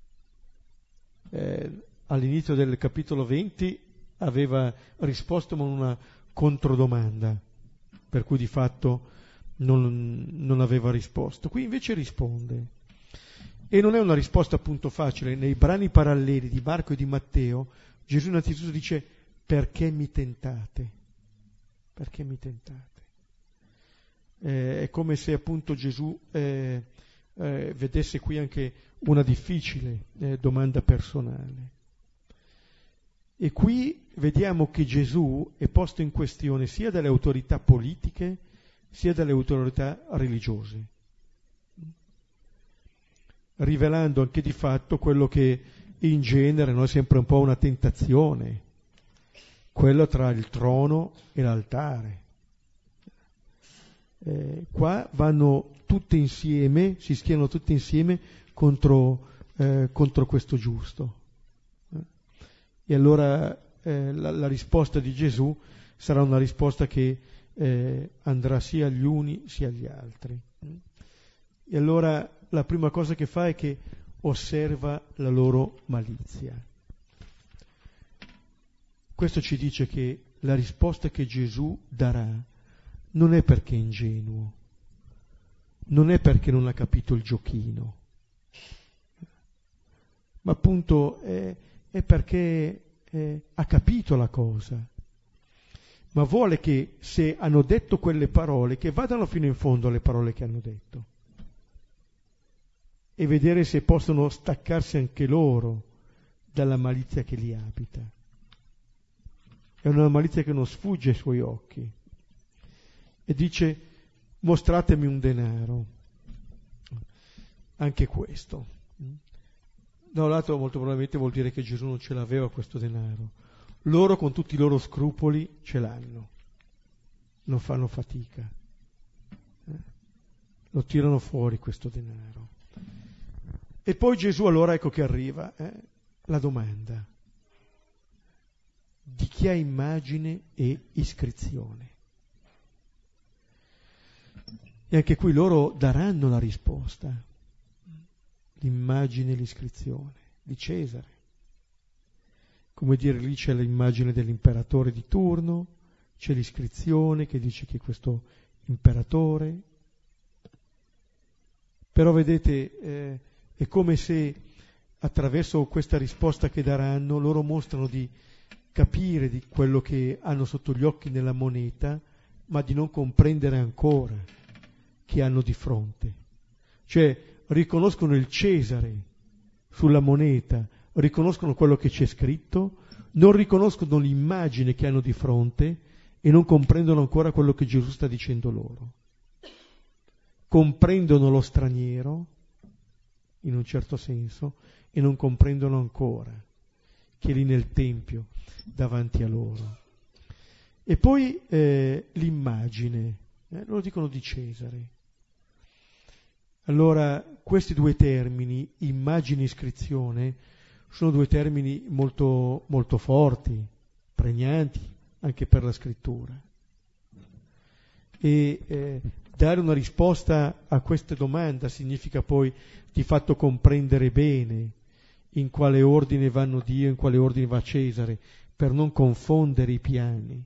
All'inizio del capitolo 20 aveva risposto con una controdomanda, per cui di fatto non aveva risposto. Qui invece risponde. E non è una risposta appunto facile. Nei brani paralleli di Marco e di Matteo, Gesù innanzitutto dice: perché mi tentate? Perché mi tentate? È come se appunto Gesù vedesse qui anche una difficile domanda personale. E qui vediamo che Gesù è posto in questione sia dalle autorità politiche sia dalle autorità religiose, rivelando anche di fatto quello che in genere è sempre un po' una tentazione, quello tra il trono e l'altare. Qua vanno tutte insieme, si schierano tutte insieme contro questo giusto. E allora la risposta di Gesù sarà una risposta che andrà sia agli uni sia agli altri. E allora la prima cosa che fa è che osserva la loro malizia. Questo ci dice che la risposta che Gesù darà non è perché è ingenuo, non è perché non ha capito il giochino, ma appunto è perché ha capito la cosa, ma vuole che se hanno detto quelle parole, che vadano fino in fondo alle parole che hanno detto e vedere se possono staccarsi anche loro dalla malizia che li abita. È una malizia che non sfugge ai suoi occhi. E dice: mostratemi un denaro. Anche questo. Da un lato molto probabilmente vuol dire che Gesù non ce l'aveva questo denaro. Loro con tutti i loro scrupoli ce l'hanno. Non fanno fatica. Lo tirano fuori questo denaro. E poi Gesù allora ecco che arriva la domanda: di chi ha immagine e iscrizione? E anche qui loro daranno la risposta. L'immagine e l'iscrizione di Cesare. Come dire, lì c'è l'immagine dell'imperatore di turno, c'è l'iscrizione che dice che questo imperatore. Però vedete, è come se attraverso questa risposta che daranno loro mostrano di capire di quello che hanno sotto gli occhi nella moneta, ma di non comprendere ancora che hanno di fronte. Cioè riconoscono il Cesare sulla moneta, riconoscono quello che c'è scritto, non riconoscono l'immagine che hanno di fronte e non comprendono ancora quello che Gesù sta dicendo loro. Comprendono lo straniero, in un certo senso, e non comprendono ancora che è lì nel Tempio, davanti a loro. E poi l'immagine, loro dicono di Cesare. Allora, questi due termini, immagine e iscrizione, sono due termini molto, molto forti, pregnanti anche per la scrittura. E dare una risposta a questa domanda significa poi di fatto comprendere bene in quale ordine vanno Dio, in quale ordine va Cesare, per non confondere i piani.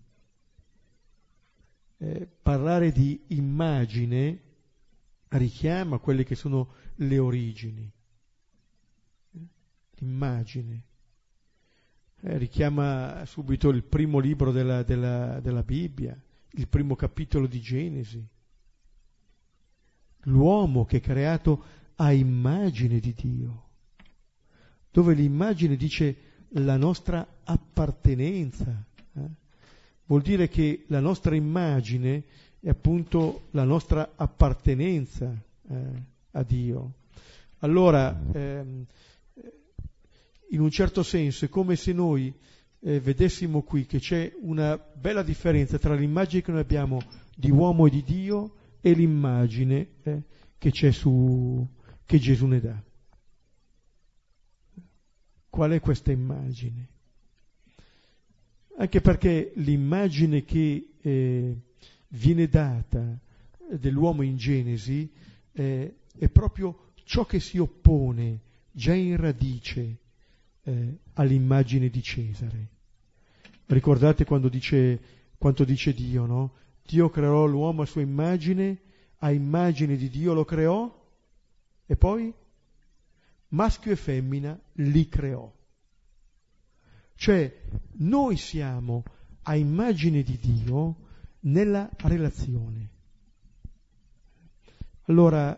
Parlare di immagine richiama quelle che sono le origini. L'immagine richiama subito il primo libro della Bibbia, il primo capitolo di Genesi. L'uomo che è creato a immagine di Dio, dove l'immagine dice la nostra appartenenza. Vuol dire che la nostra immagine è appunto la nostra appartenenza a Dio. Allora, in un certo senso è come se noi vedessimo qui che c'è una bella differenza tra l'immagine che noi abbiamo di uomo e di Dio e l'immagine che c'è che Gesù ne dà. Qual è questa immagine? Anche perché l'immagine che viene data dell'uomo in Genesi è proprio ciò che si oppone già in radice all'immagine di Cesare. Ricordate quanto dice Dio, no? Dio creò l'uomo a sua immagine, a immagine di Dio lo creò, e poi maschio e femmina li creò. Cioè noi siamo a immagine di Dio nella relazione. Allora,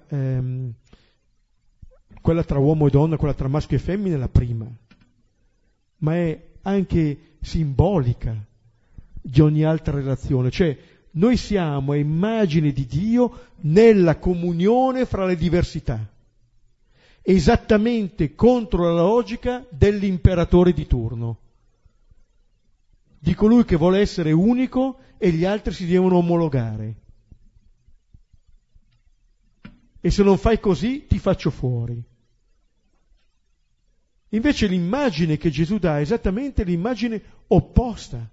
quella tra uomo e donna, quella tra maschio e femmina è la prima, ma è anche simbolica di ogni altra relazione. Cioè noi siamo a immagine di Dio nella comunione fra le diversità, esattamente contro la logica dell'imperatore di turno, di colui che vuole essere unico e gli altri si devono omologare. E se non fai così ti faccio fuori. Invece l'immagine che Gesù dà è esattamente l'immagine opposta.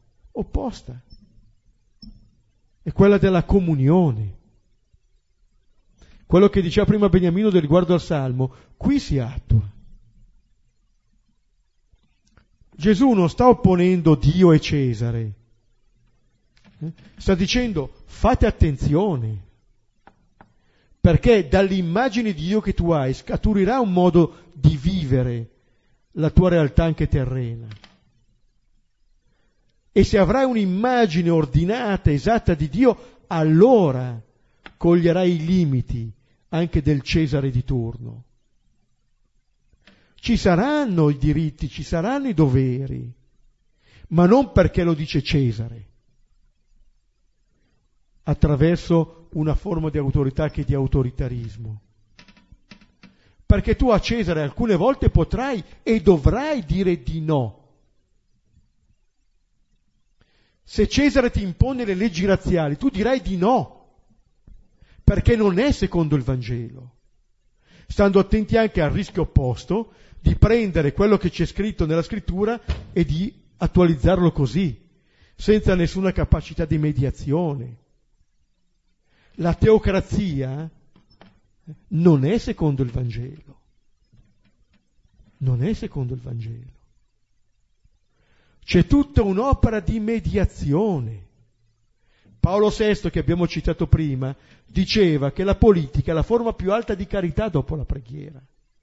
È quella della comunione. Quello che diceva prima Beniamino riguardo al Salmo, qui si attua. Gesù non sta opponendo Dio e Cesare, sta dicendo fate attenzione, perché dall'immagine di Dio che tu hai scaturirà un modo di vivere la tua realtà anche terrena. E se avrai un'immagine ordinata, esatta di Dio, allora coglierai i limiti anche del Cesare di turno. Ci saranno i diritti, ci saranno i doveri, ma non perché lo dice Cesare, attraverso una forma di autorità che è di autoritarismo. Perché tu a Cesare alcune volte potrai e dovrai dire di no. Se Cesare ti impone le leggi razziali, tu dirai di no, perché non è secondo il Vangelo. Stando attenti anche al rischio opposto di prendere quello che c'è scritto nella scrittura e di attualizzarlo così, senza nessuna capacità di mediazione. La teocrazia non è secondo il Vangelo. Non è secondo il Vangelo. C'è tutta un'opera di mediazione. Paolo VI, che abbiamo citato prima, diceva che la politica è la forma più alta di carità dopo la preghiera.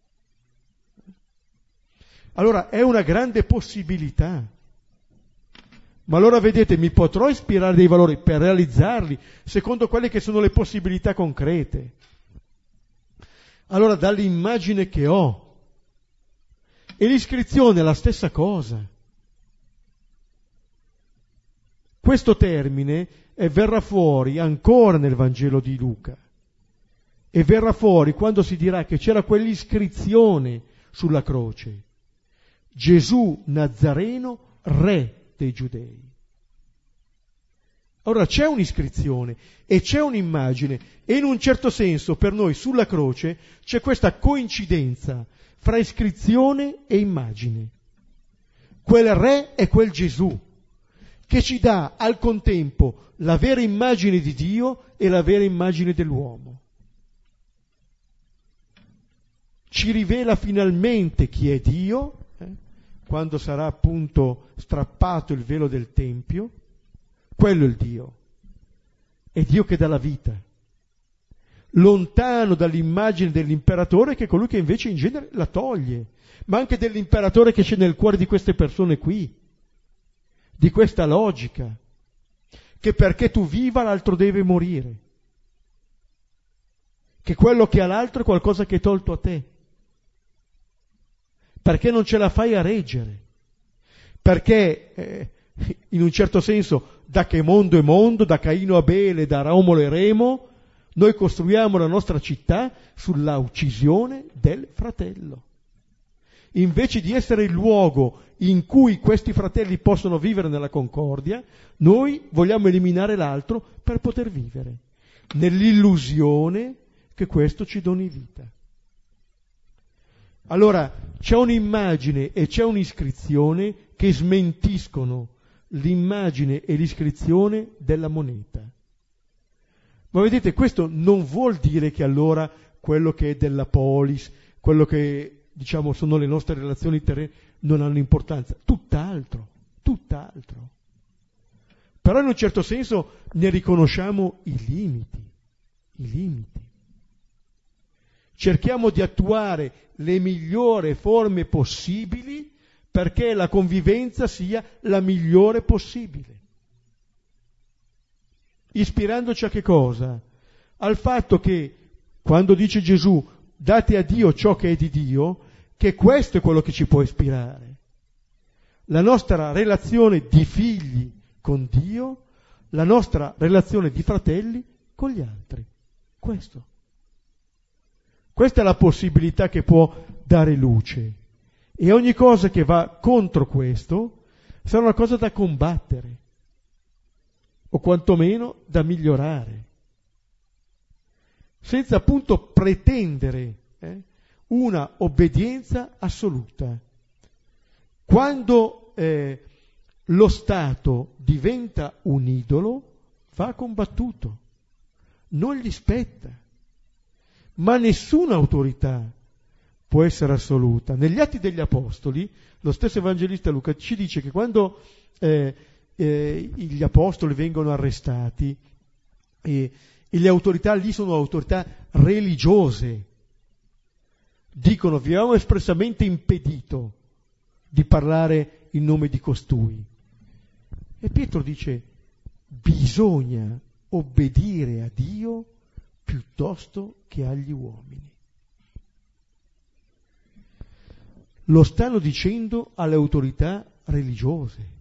Allora è una grande possibilità. Ma allora vedete, mi potrò ispirare dei valori per realizzarli secondo quelle che sono le possibilità concrete. Allora dall'immagine che ho. E l'iscrizione è la stessa cosa. Questo termine verrà fuori ancora nel Vangelo di Luca e verrà fuori quando si dirà che c'era quell'iscrizione sulla croce: Gesù Nazareno, re dei Giudei. Allora c'è un'iscrizione e c'è un'immagine, e in un certo senso per noi sulla croce c'è questa coincidenza fra iscrizione e immagine. Quel re è quel Gesù che ci dà al contempo la vera immagine di Dio e la vera immagine dell'uomo. Ci rivela finalmente chi è Dio, quando sarà appunto strappato il velo del Tempio. Quello è il Dio. È Dio che dà la vita. Lontano dall'immagine dell'imperatore, che è colui che invece in genere la toglie, ma anche dell'imperatore che c'è nel cuore di queste persone qui, di questa logica, che perché tu viva l'altro deve morire, che quello che ha l'altro è qualcosa che è tolto a te, perché non ce la fai a reggere, perché in un certo senso da che mondo è mondo, da Caino a Abele, da Romolo e Remo, noi costruiamo la nostra città sulla uccisione del fratello. Invece di essere il luogo in cui questi fratelli possono vivere nella concordia, noi vogliamo eliminare l'altro per poter vivere, nell'illusione che questo ci doni vita. Allora c'è un'immagine e c'è un'iscrizione che smentiscono l'immagine e l'iscrizione della moneta. Ma vedete, questo non vuol dire che allora quello che è della polis, quello che diciamo sono le nostre relazioni terrene, non hanno importanza. Tutt'altro. Però in un certo senso ne riconosciamo i limiti. Cerchiamo di attuare le migliori forme possibili perché la convivenza sia la migliore possibile. Ispirandoci a che cosa? Al fatto che, quando dice Gesù, date a Dio ciò che è di Dio, che questo è quello che ci può ispirare. La nostra relazione di figli con Dio, la nostra relazione di fratelli con gli altri. Questa è la possibilità che può dare luce. E ogni cosa che va contro questo sarà una cosa da combattere, o quantomeno da migliorare, senza appunto pretendere una obbedienza assoluta. Quando lo Stato diventa un idolo, va combattuto, non gli spetta, ma nessuna autorità può essere assoluta. Negli Atti degli Apostoli, lo stesso Evangelista Luca ci dice che quando gli Apostoli vengono arrestati e le autorità lì sono autorità religiose, dicono: vi avevamo espressamente impedito di parlare in nome di costui. E Pietro dice: bisogna obbedire a Dio piuttosto che agli uomini. Lo stanno dicendo alle autorità religiose.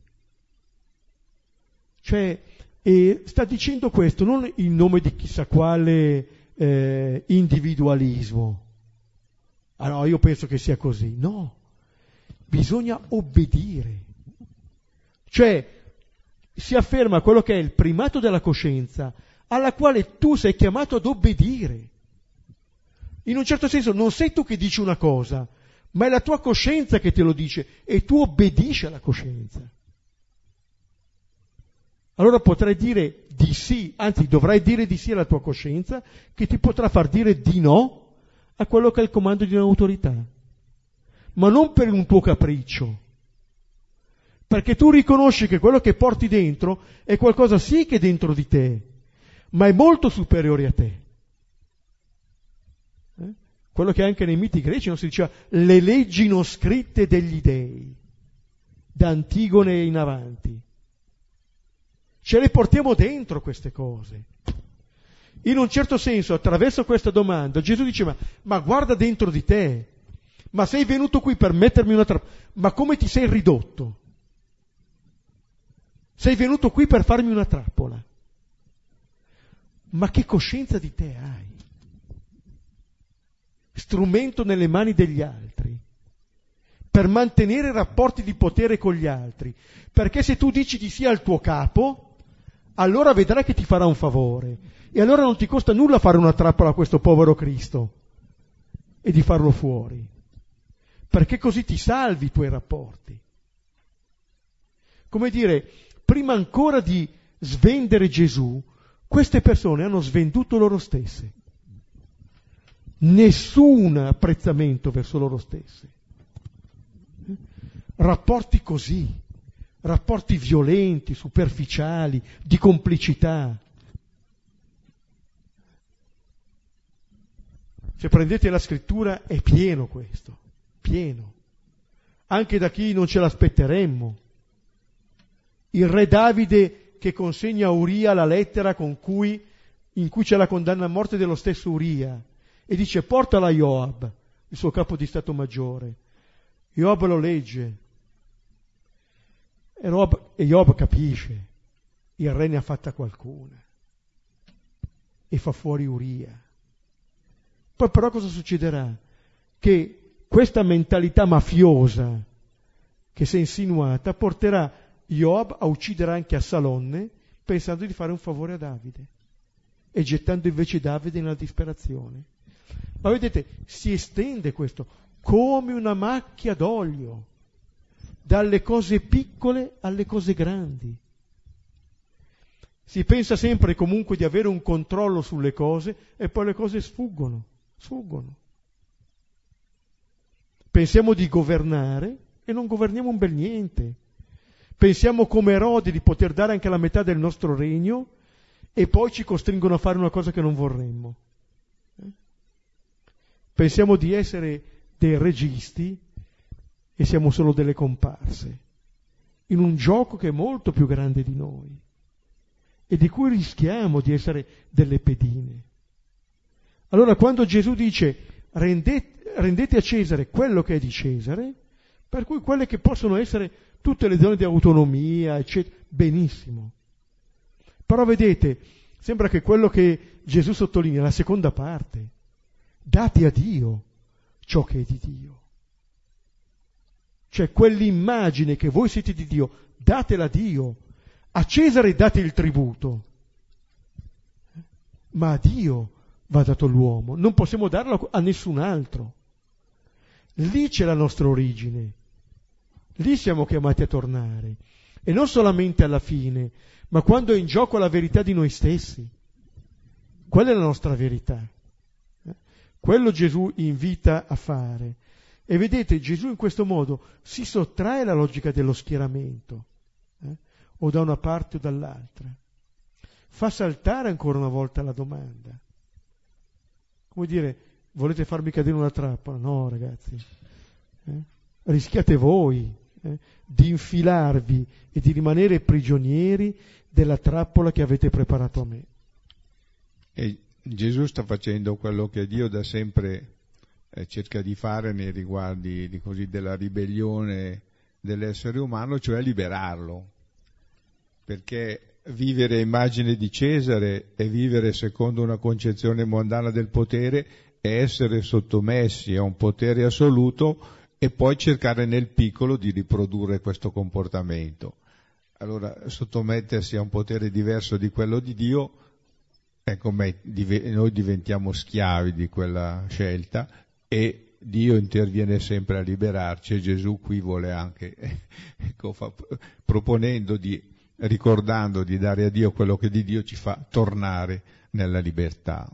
Cioè, sta dicendo questo non in nome di chissà quale individualismo. Allora, io penso che sia così. No, bisogna obbedire. Cioè, si afferma quello che è il primato della coscienza, alla quale tu sei chiamato ad obbedire. In un certo senso non sei tu che dici una cosa, ma è la tua coscienza che te lo dice e tu obbedisci alla coscienza. Allora potrai dire di sì, anzi dovrai dire di sì alla tua coscienza, che ti potrà far dire di no a quello che è il comando di un'autorità, ma non per un tuo capriccio, perché tu riconosci che quello che porti dentro è qualcosa sì che è dentro di te, ma è molto superiore a te. Quello che anche nei miti greci non si diceva le leggi non scritte degli dei, da Antigone in avanti. Ce le portiamo dentro queste cose. In un certo senso, attraverso questa domanda, Gesù diceva: ma guarda dentro di te, ma sei venuto qui per mettermi una trappola, ma come ti sei ridotto? Sei venuto qui per farmi una trappola. Ma che coscienza di te hai? Strumento nelle mani degli altri, per mantenere rapporti di potere con gli altri, perché se tu dici di sì al tuo capo, allora vedrai che ti farà un favore, e allora non ti costa nulla fare una trappola a questo povero Cristo e di farlo fuori, perché così ti salvi i tuoi rapporti. Come dire, prima ancora di svendere Gesù, queste persone hanno svenduto loro stesse. Nessun apprezzamento verso loro stesse. Rapporti così, rapporti violenti, superficiali, di complicità. Se prendete la scrittura è pieno questo, pieno. Anche da chi non ce l'aspetteremmo. Il re Davide che consegna a Uria la lettera in cui c'è la condanna a morte dello stesso Uria, e dice: portala a Joab, il suo capo di Stato Maggiore. Joab lo legge e Joab capisce, il re ne ha fatta qualcuna e fa fuori Uria. Poi però cosa succederà? Che questa mentalità mafiosa che si è insinuata porterà Joab a uccidere anche Assalonne, pensando di fare un favore a Davide e gettando invece Davide nella disperazione. Ma vedete, si estende questo come una macchia d'olio, dalle cose piccole alle cose grandi. Si pensa sempre comunque di avere un controllo sulle cose e poi le cose sfuggono. Pensiamo di governare e non governiamo un bel niente. Pensiamo come Erode di poter dare anche la metà del nostro regno e poi ci costringono a fare una cosa che non vorremmo. Pensiamo di essere dei registi e siamo solo delle comparse in un gioco che è molto più grande di noi e di cui rischiamo di essere delle pedine. Allora quando Gesù dice rendete a Cesare quello che è di Cesare, per cui quelle che possono essere tutte le zone di autonomia, eccetera, benissimo. Però vedete, sembra che quello che Gesù sottolinea, la seconda parte, date a Dio ciò che è di Dio. Cioè quell'immagine che voi siete di Dio, datela a Dio. A Cesare date il tributo, ma a Dio va dato l'uomo, non possiamo darlo a nessun altro. Lì c'è la nostra origine, lì siamo chiamati a tornare, e non solamente alla fine, ma quando è in gioco la verità di noi stessi. Quella è la nostra verità. Quello Gesù invita a fare. E vedete, Gesù in questo modo si sottrae alla logica dello schieramento, o da una parte o dall'altra. Fa saltare ancora una volta la domanda. Come dire, volete farmi cadere in una trappola? No, ragazzi. Rischiate voi di infilarvi e di rimanere prigionieri della trappola che avete preparato a me. E Gesù sta facendo quello che Dio da sempre cerca di fare nei riguardi della ribellione dell'essere umano, cioè liberarlo. Perché vivere a immagine di Cesare e vivere secondo una concezione mondana del potere è essere sottomessi a un potere assoluto e poi cercare nel piccolo di riprodurre questo comportamento. Allora, sottomettersi a un potere diverso di quello di Dio è come noi diventiamo schiavi di quella scelta e Dio interviene sempre a liberarci, e Gesù qui vuole anche, ricordando di dare a Dio quello che di Dio, ci fa tornare nella libertà.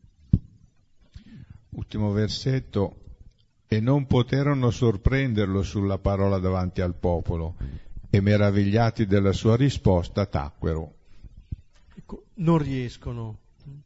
Ultimo versetto: e non poterono sorprenderlo sulla parola davanti al popolo, e meravigliati della sua risposta tacquero. Ecco, non riescono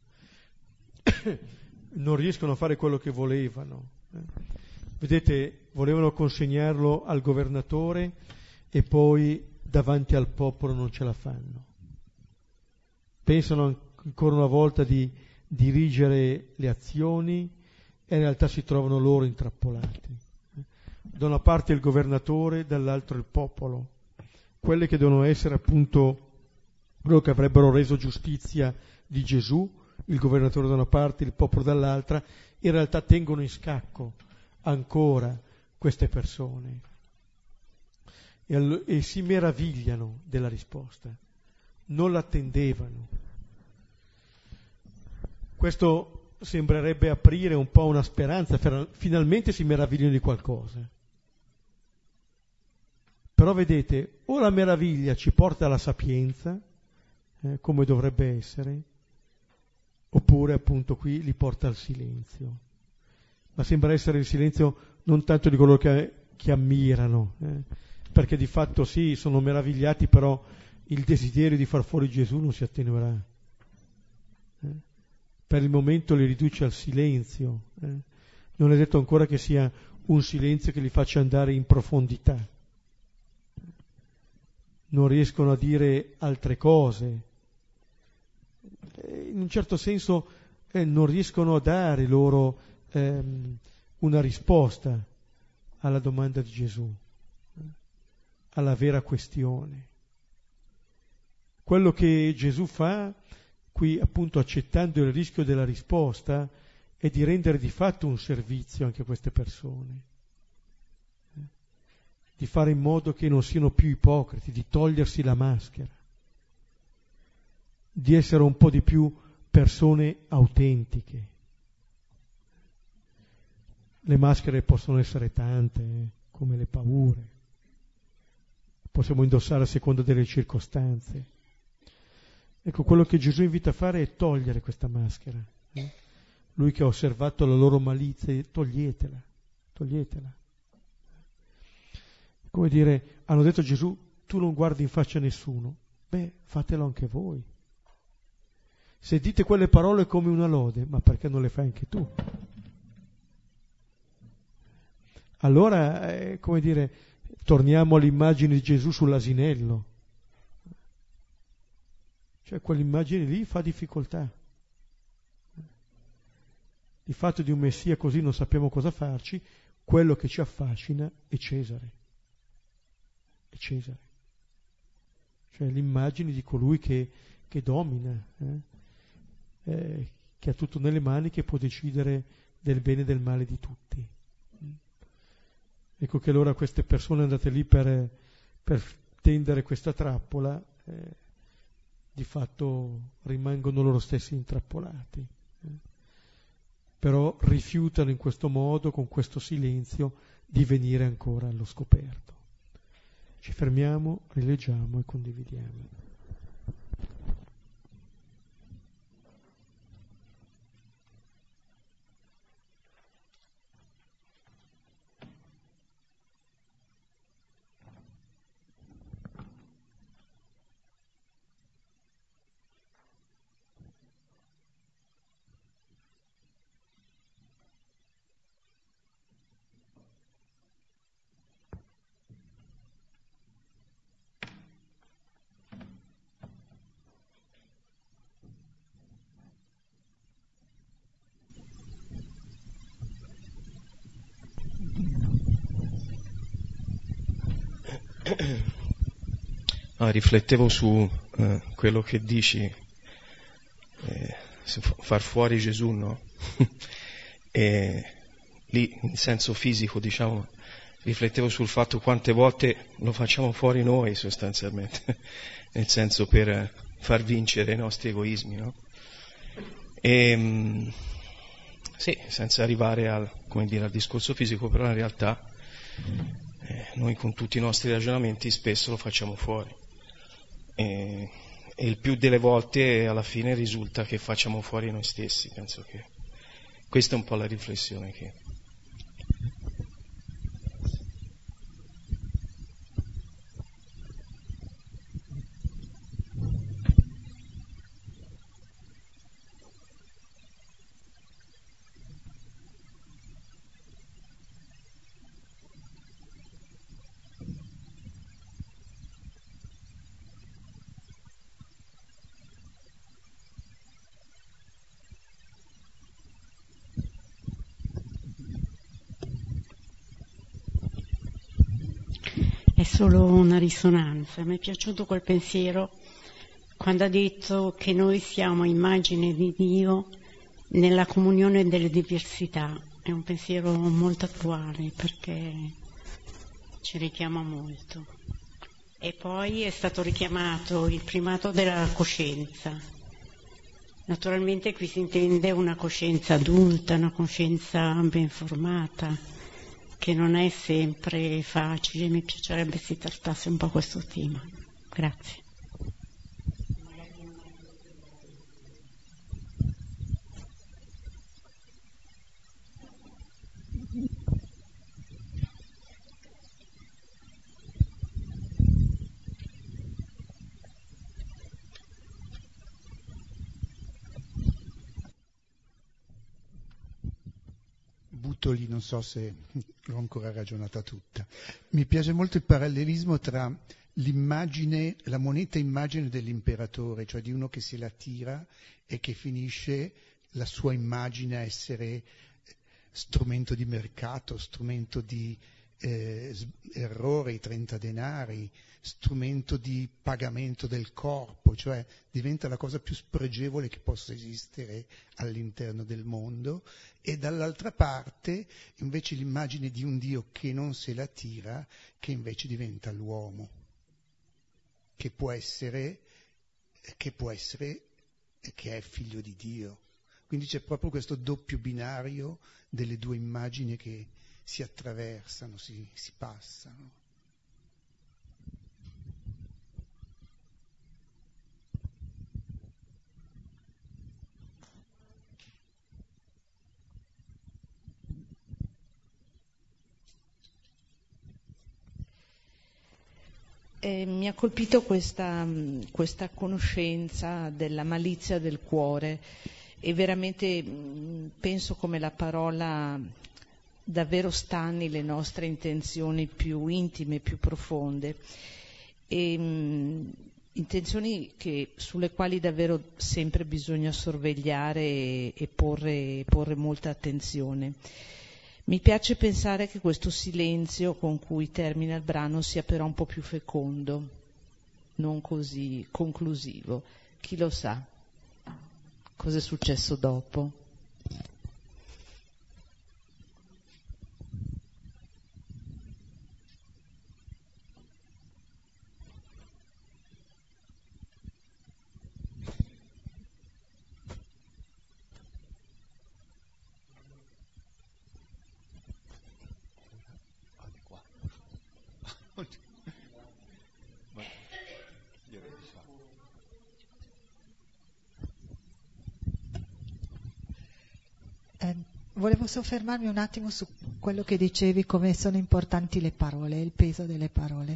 a fare quello che volevano. Vedete, volevano consegnarlo al governatore e poi davanti al popolo non ce la fanno. Pensano ancora una volta di dirigere le azioni e in realtà si trovano loro intrappolati. Da una parte il governatore, dall'altro il popolo. Quelle che devono essere appunto loro che avrebbero reso giustizia di Gesù, il governatore da una parte, il popolo dall'altra, in realtà tengono in scacco ancora queste persone e si meravigliano della risposta, non l'attendevano. Questo sembrerebbe aprire un po' una speranza, finalmente si meravigliano di qualcosa. Però vedete, o la meraviglia ci porta alla sapienza, come dovrebbe essere, oppure appunto qui li porta al silenzio. Ma sembra essere il silenzio non tanto di coloro che ammirano, perché di fatto sì, sono meravigliati, però il desiderio di far fuori Gesù non si attenuerà. Per il momento li riduce al silenzio. Non è detto ancora che sia un silenzio che li faccia andare in profondità. Non riescono a dire altre cose. In un certo senso non riescono a dare loro una risposta alla domanda di Gesù, alla vera questione. Quello che Gesù fa qui, appunto, accettando il rischio della risposta, è di rendere di fatto un servizio anche a queste persone, di fare in modo che non siano più ipocriti, di togliersi la maschera, di essere un po' di più persone autentiche. Le maschere possono essere tante, come le paure. Possiamo indossare a seconda delle circostanze. Ecco, quello che Gesù invita a fare è togliere questa maschera. Lui che ha osservato la loro malizia, toglietela. Come dire, hanno detto a Gesù, tu non guardi in faccia a nessuno. Beh, fatelo anche voi. Se dite quelle parole come una lode, ma perché non le fai anche tu? Allora, come dire, torniamo all'immagine di Gesù sull'asinello. Cioè quell'immagine lì fa difficoltà. Il fatto di un Messia così non sappiamo cosa farci, quello che ci affascina è Cesare. Cioè l'immagine di colui che domina, che ha tutto nelle mani, che può decidere del bene e del male di tutti. Ecco che allora queste persone andate lì per tendere questa trappola, di fatto rimangono loro stessi intrappolati. Però rifiutano in questo modo, con questo silenzio, di venire ancora allo scoperto. Ci fermiamo, rileggiamo e condividiamo. Riflettevo su quello che dici, far fuori Gesù, no? E lì, in senso fisico, diciamo, riflettevo sul fatto quante volte lo facciamo fuori noi, sostanzialmente, nel senso per far vincere i nostri egoismi, no? E sì, senza arrivare al discorso fisico, però in realtà noi con tutti i nostri ragionamenti spesso lo facciamo fuori. E il più delle volte alla fine risulta che facciamo fuori noi stessi. Penso che questa è un po' la riflessione che... È solo una risonanza. Mi è piaciuto quel pensiero quando ha detto che noi siamo immagine di Dio nella comunione delle diversità. È un pensiero molto attuale perché ci richiama molto. E poi è stato richiamato il primato della coscienza. Naturalmente qui si intende una coscienza adulta, una coscienza ben formata, che non è sempre facile. Mi piacerebbe si trattasse un po' questo tema. Grazie. Lì, non so se l'ho ancora ragionata tutta. Mi piace molto il parallelismo tra l'immagine, la moneta immagine dell'imperatore, cioè di uno che se la tira e che finisce la sua immagine a essere strumento di mercato, strumento di errore, i 30 denari, strumento di pagamento del corpo, cioè diventa la cosa più spregevole che possa esistere all'interno del mondo, e dall'altra parte invece l'immagine di un Dio che non se la tira, che invece diventa l'uomo, che è figlio di Dio. Quindi c'è proprio questo doppio binario delle due immagini che si attraversano, si passano. Mi ha colpito questa conoscenza della malizia del cuore, e veramente penso come la parola davvero stanni le nostre intenzioni più intime, più profonde, e intenzioni sulle quali davvero sempre bisogna sorvegliare e porre molta attenzione. Mi piace pensare che questo silenzio con cui termina il brano sia però un po' più fecondo, non così conclusivo. Chi lo sa cosa è successo dopo? Volevo soffermarmi un attimo su quello che dicevi, come sono importanti le parole, il peso delle parole.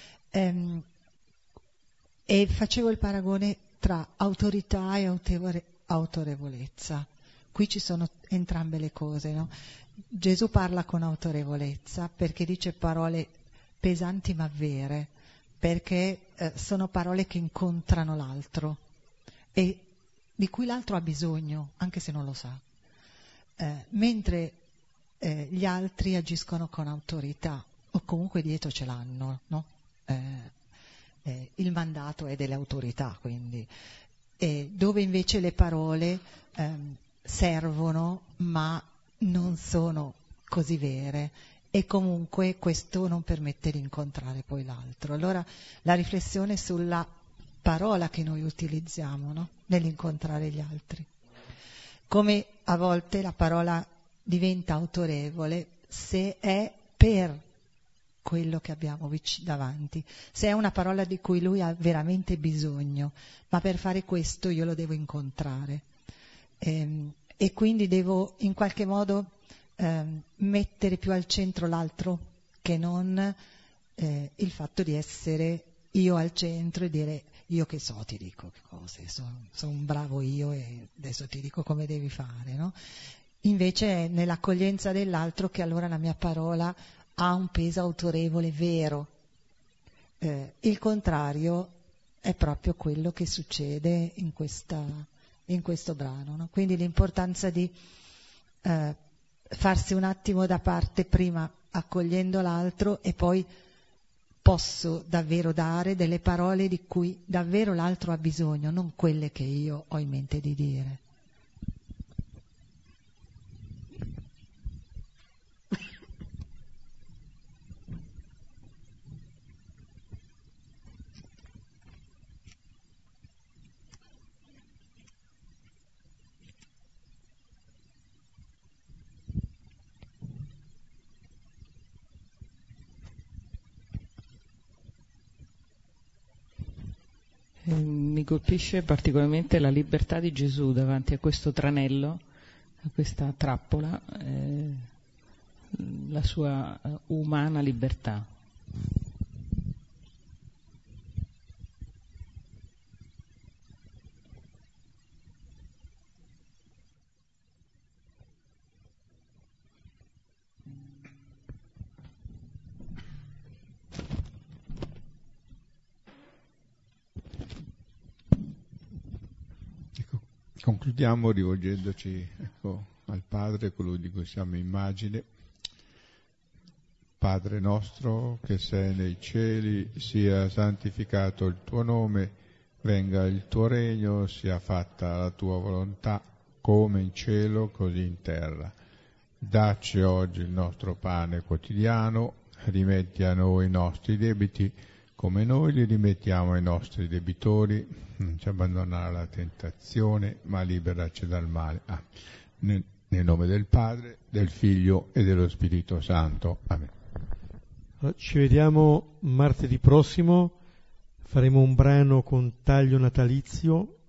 E facevo il paragone tra autorità e autorevolezza. Qui ci sono entrambe le cose, no? Gesù parla con autorevolezza perché dice parole pesanti ma vere, perché sono parole che incontrano l'altro e di cui l'altro ha bisogno, anche se non lo sa. Mentre gli altri agiscono con autorità, o comunque dietro ce l'hanno, no? Il mandato è delle autorità, quindi. Dove invece le parole servono, ma non sono così vere, e comunque questo non permette di incontrare poi l'altro. Allora la riflessione sulla parola che noi utilizziamo, no? Nell'incontrare gli altri. Come a volte la parola diventa autorevole se è per quello che abbiamo davanti, se è una parola di cui lui ha veramente bisogno, ma per fare questo io lo devo incontrare. E quindi devo in qualche modo mettere più al centro l'altro che non il fatto di essere io al centro e dire io che so ti dico che cose, sono un bravo io e adesso ti dico come devi fare, no? Invece è nell'accoglienza dell'altro che allora la mia parola ha un peso autorevole vero. Il contrario è proprio quello che succede in questo brano, no? Quindi l'importanza di farsi un attimo da parte prima accogliendo l'altro e poi posso davvero dare delle parole di cui davvero l'altro ha bisogno, non quelle che io ho in mente di dire. Mi colpisce particolarmente la libertà di Gesù davanti a questo tranello, a questa trappola, la sua umana libertà. Concludiamo rivolgendoci al Padre, quello di cui siamo immagine. Padre nostro che sei nei cieli, sia santificato il tuo nome, venga il tuo regno, sia fatta la tua volontà, come in cielo, così in terra. Dacci oggi il nostro pane quotidiano, rimetti a noi i nostri debiti, come noi li rimettiamo ai nostri debitori, non ci abbandonare alla tentazione, ma liberaci dal male. Nel nome del Padre, del Figlio e dello Spirito Santo. Amen. Allora, ci vediamo martedì prossimo, faremo un brano con taglio natalizio,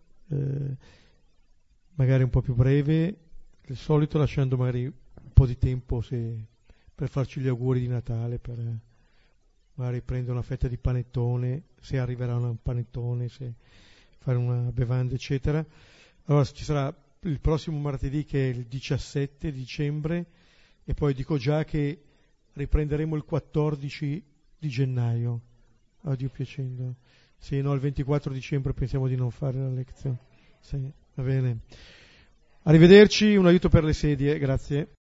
magari un po' più breve del solito, lasciando magari un po' di tempo per farci gli auguri di Natale, magari prendere una fetta di panettone, se arriverà un panettone, se fare una bevanda, eccetera. Allora ci sarà il prossimo martedì, che è il 17 dicembre, e poi dico già che riprenderemo il 14 di gennaio, a Dio piacendo. Sì, no, il 24 dicembre pensiamo di non fare la lezione. Sì, va bene. Arrivederci, un aiuto per le sedie, grazie.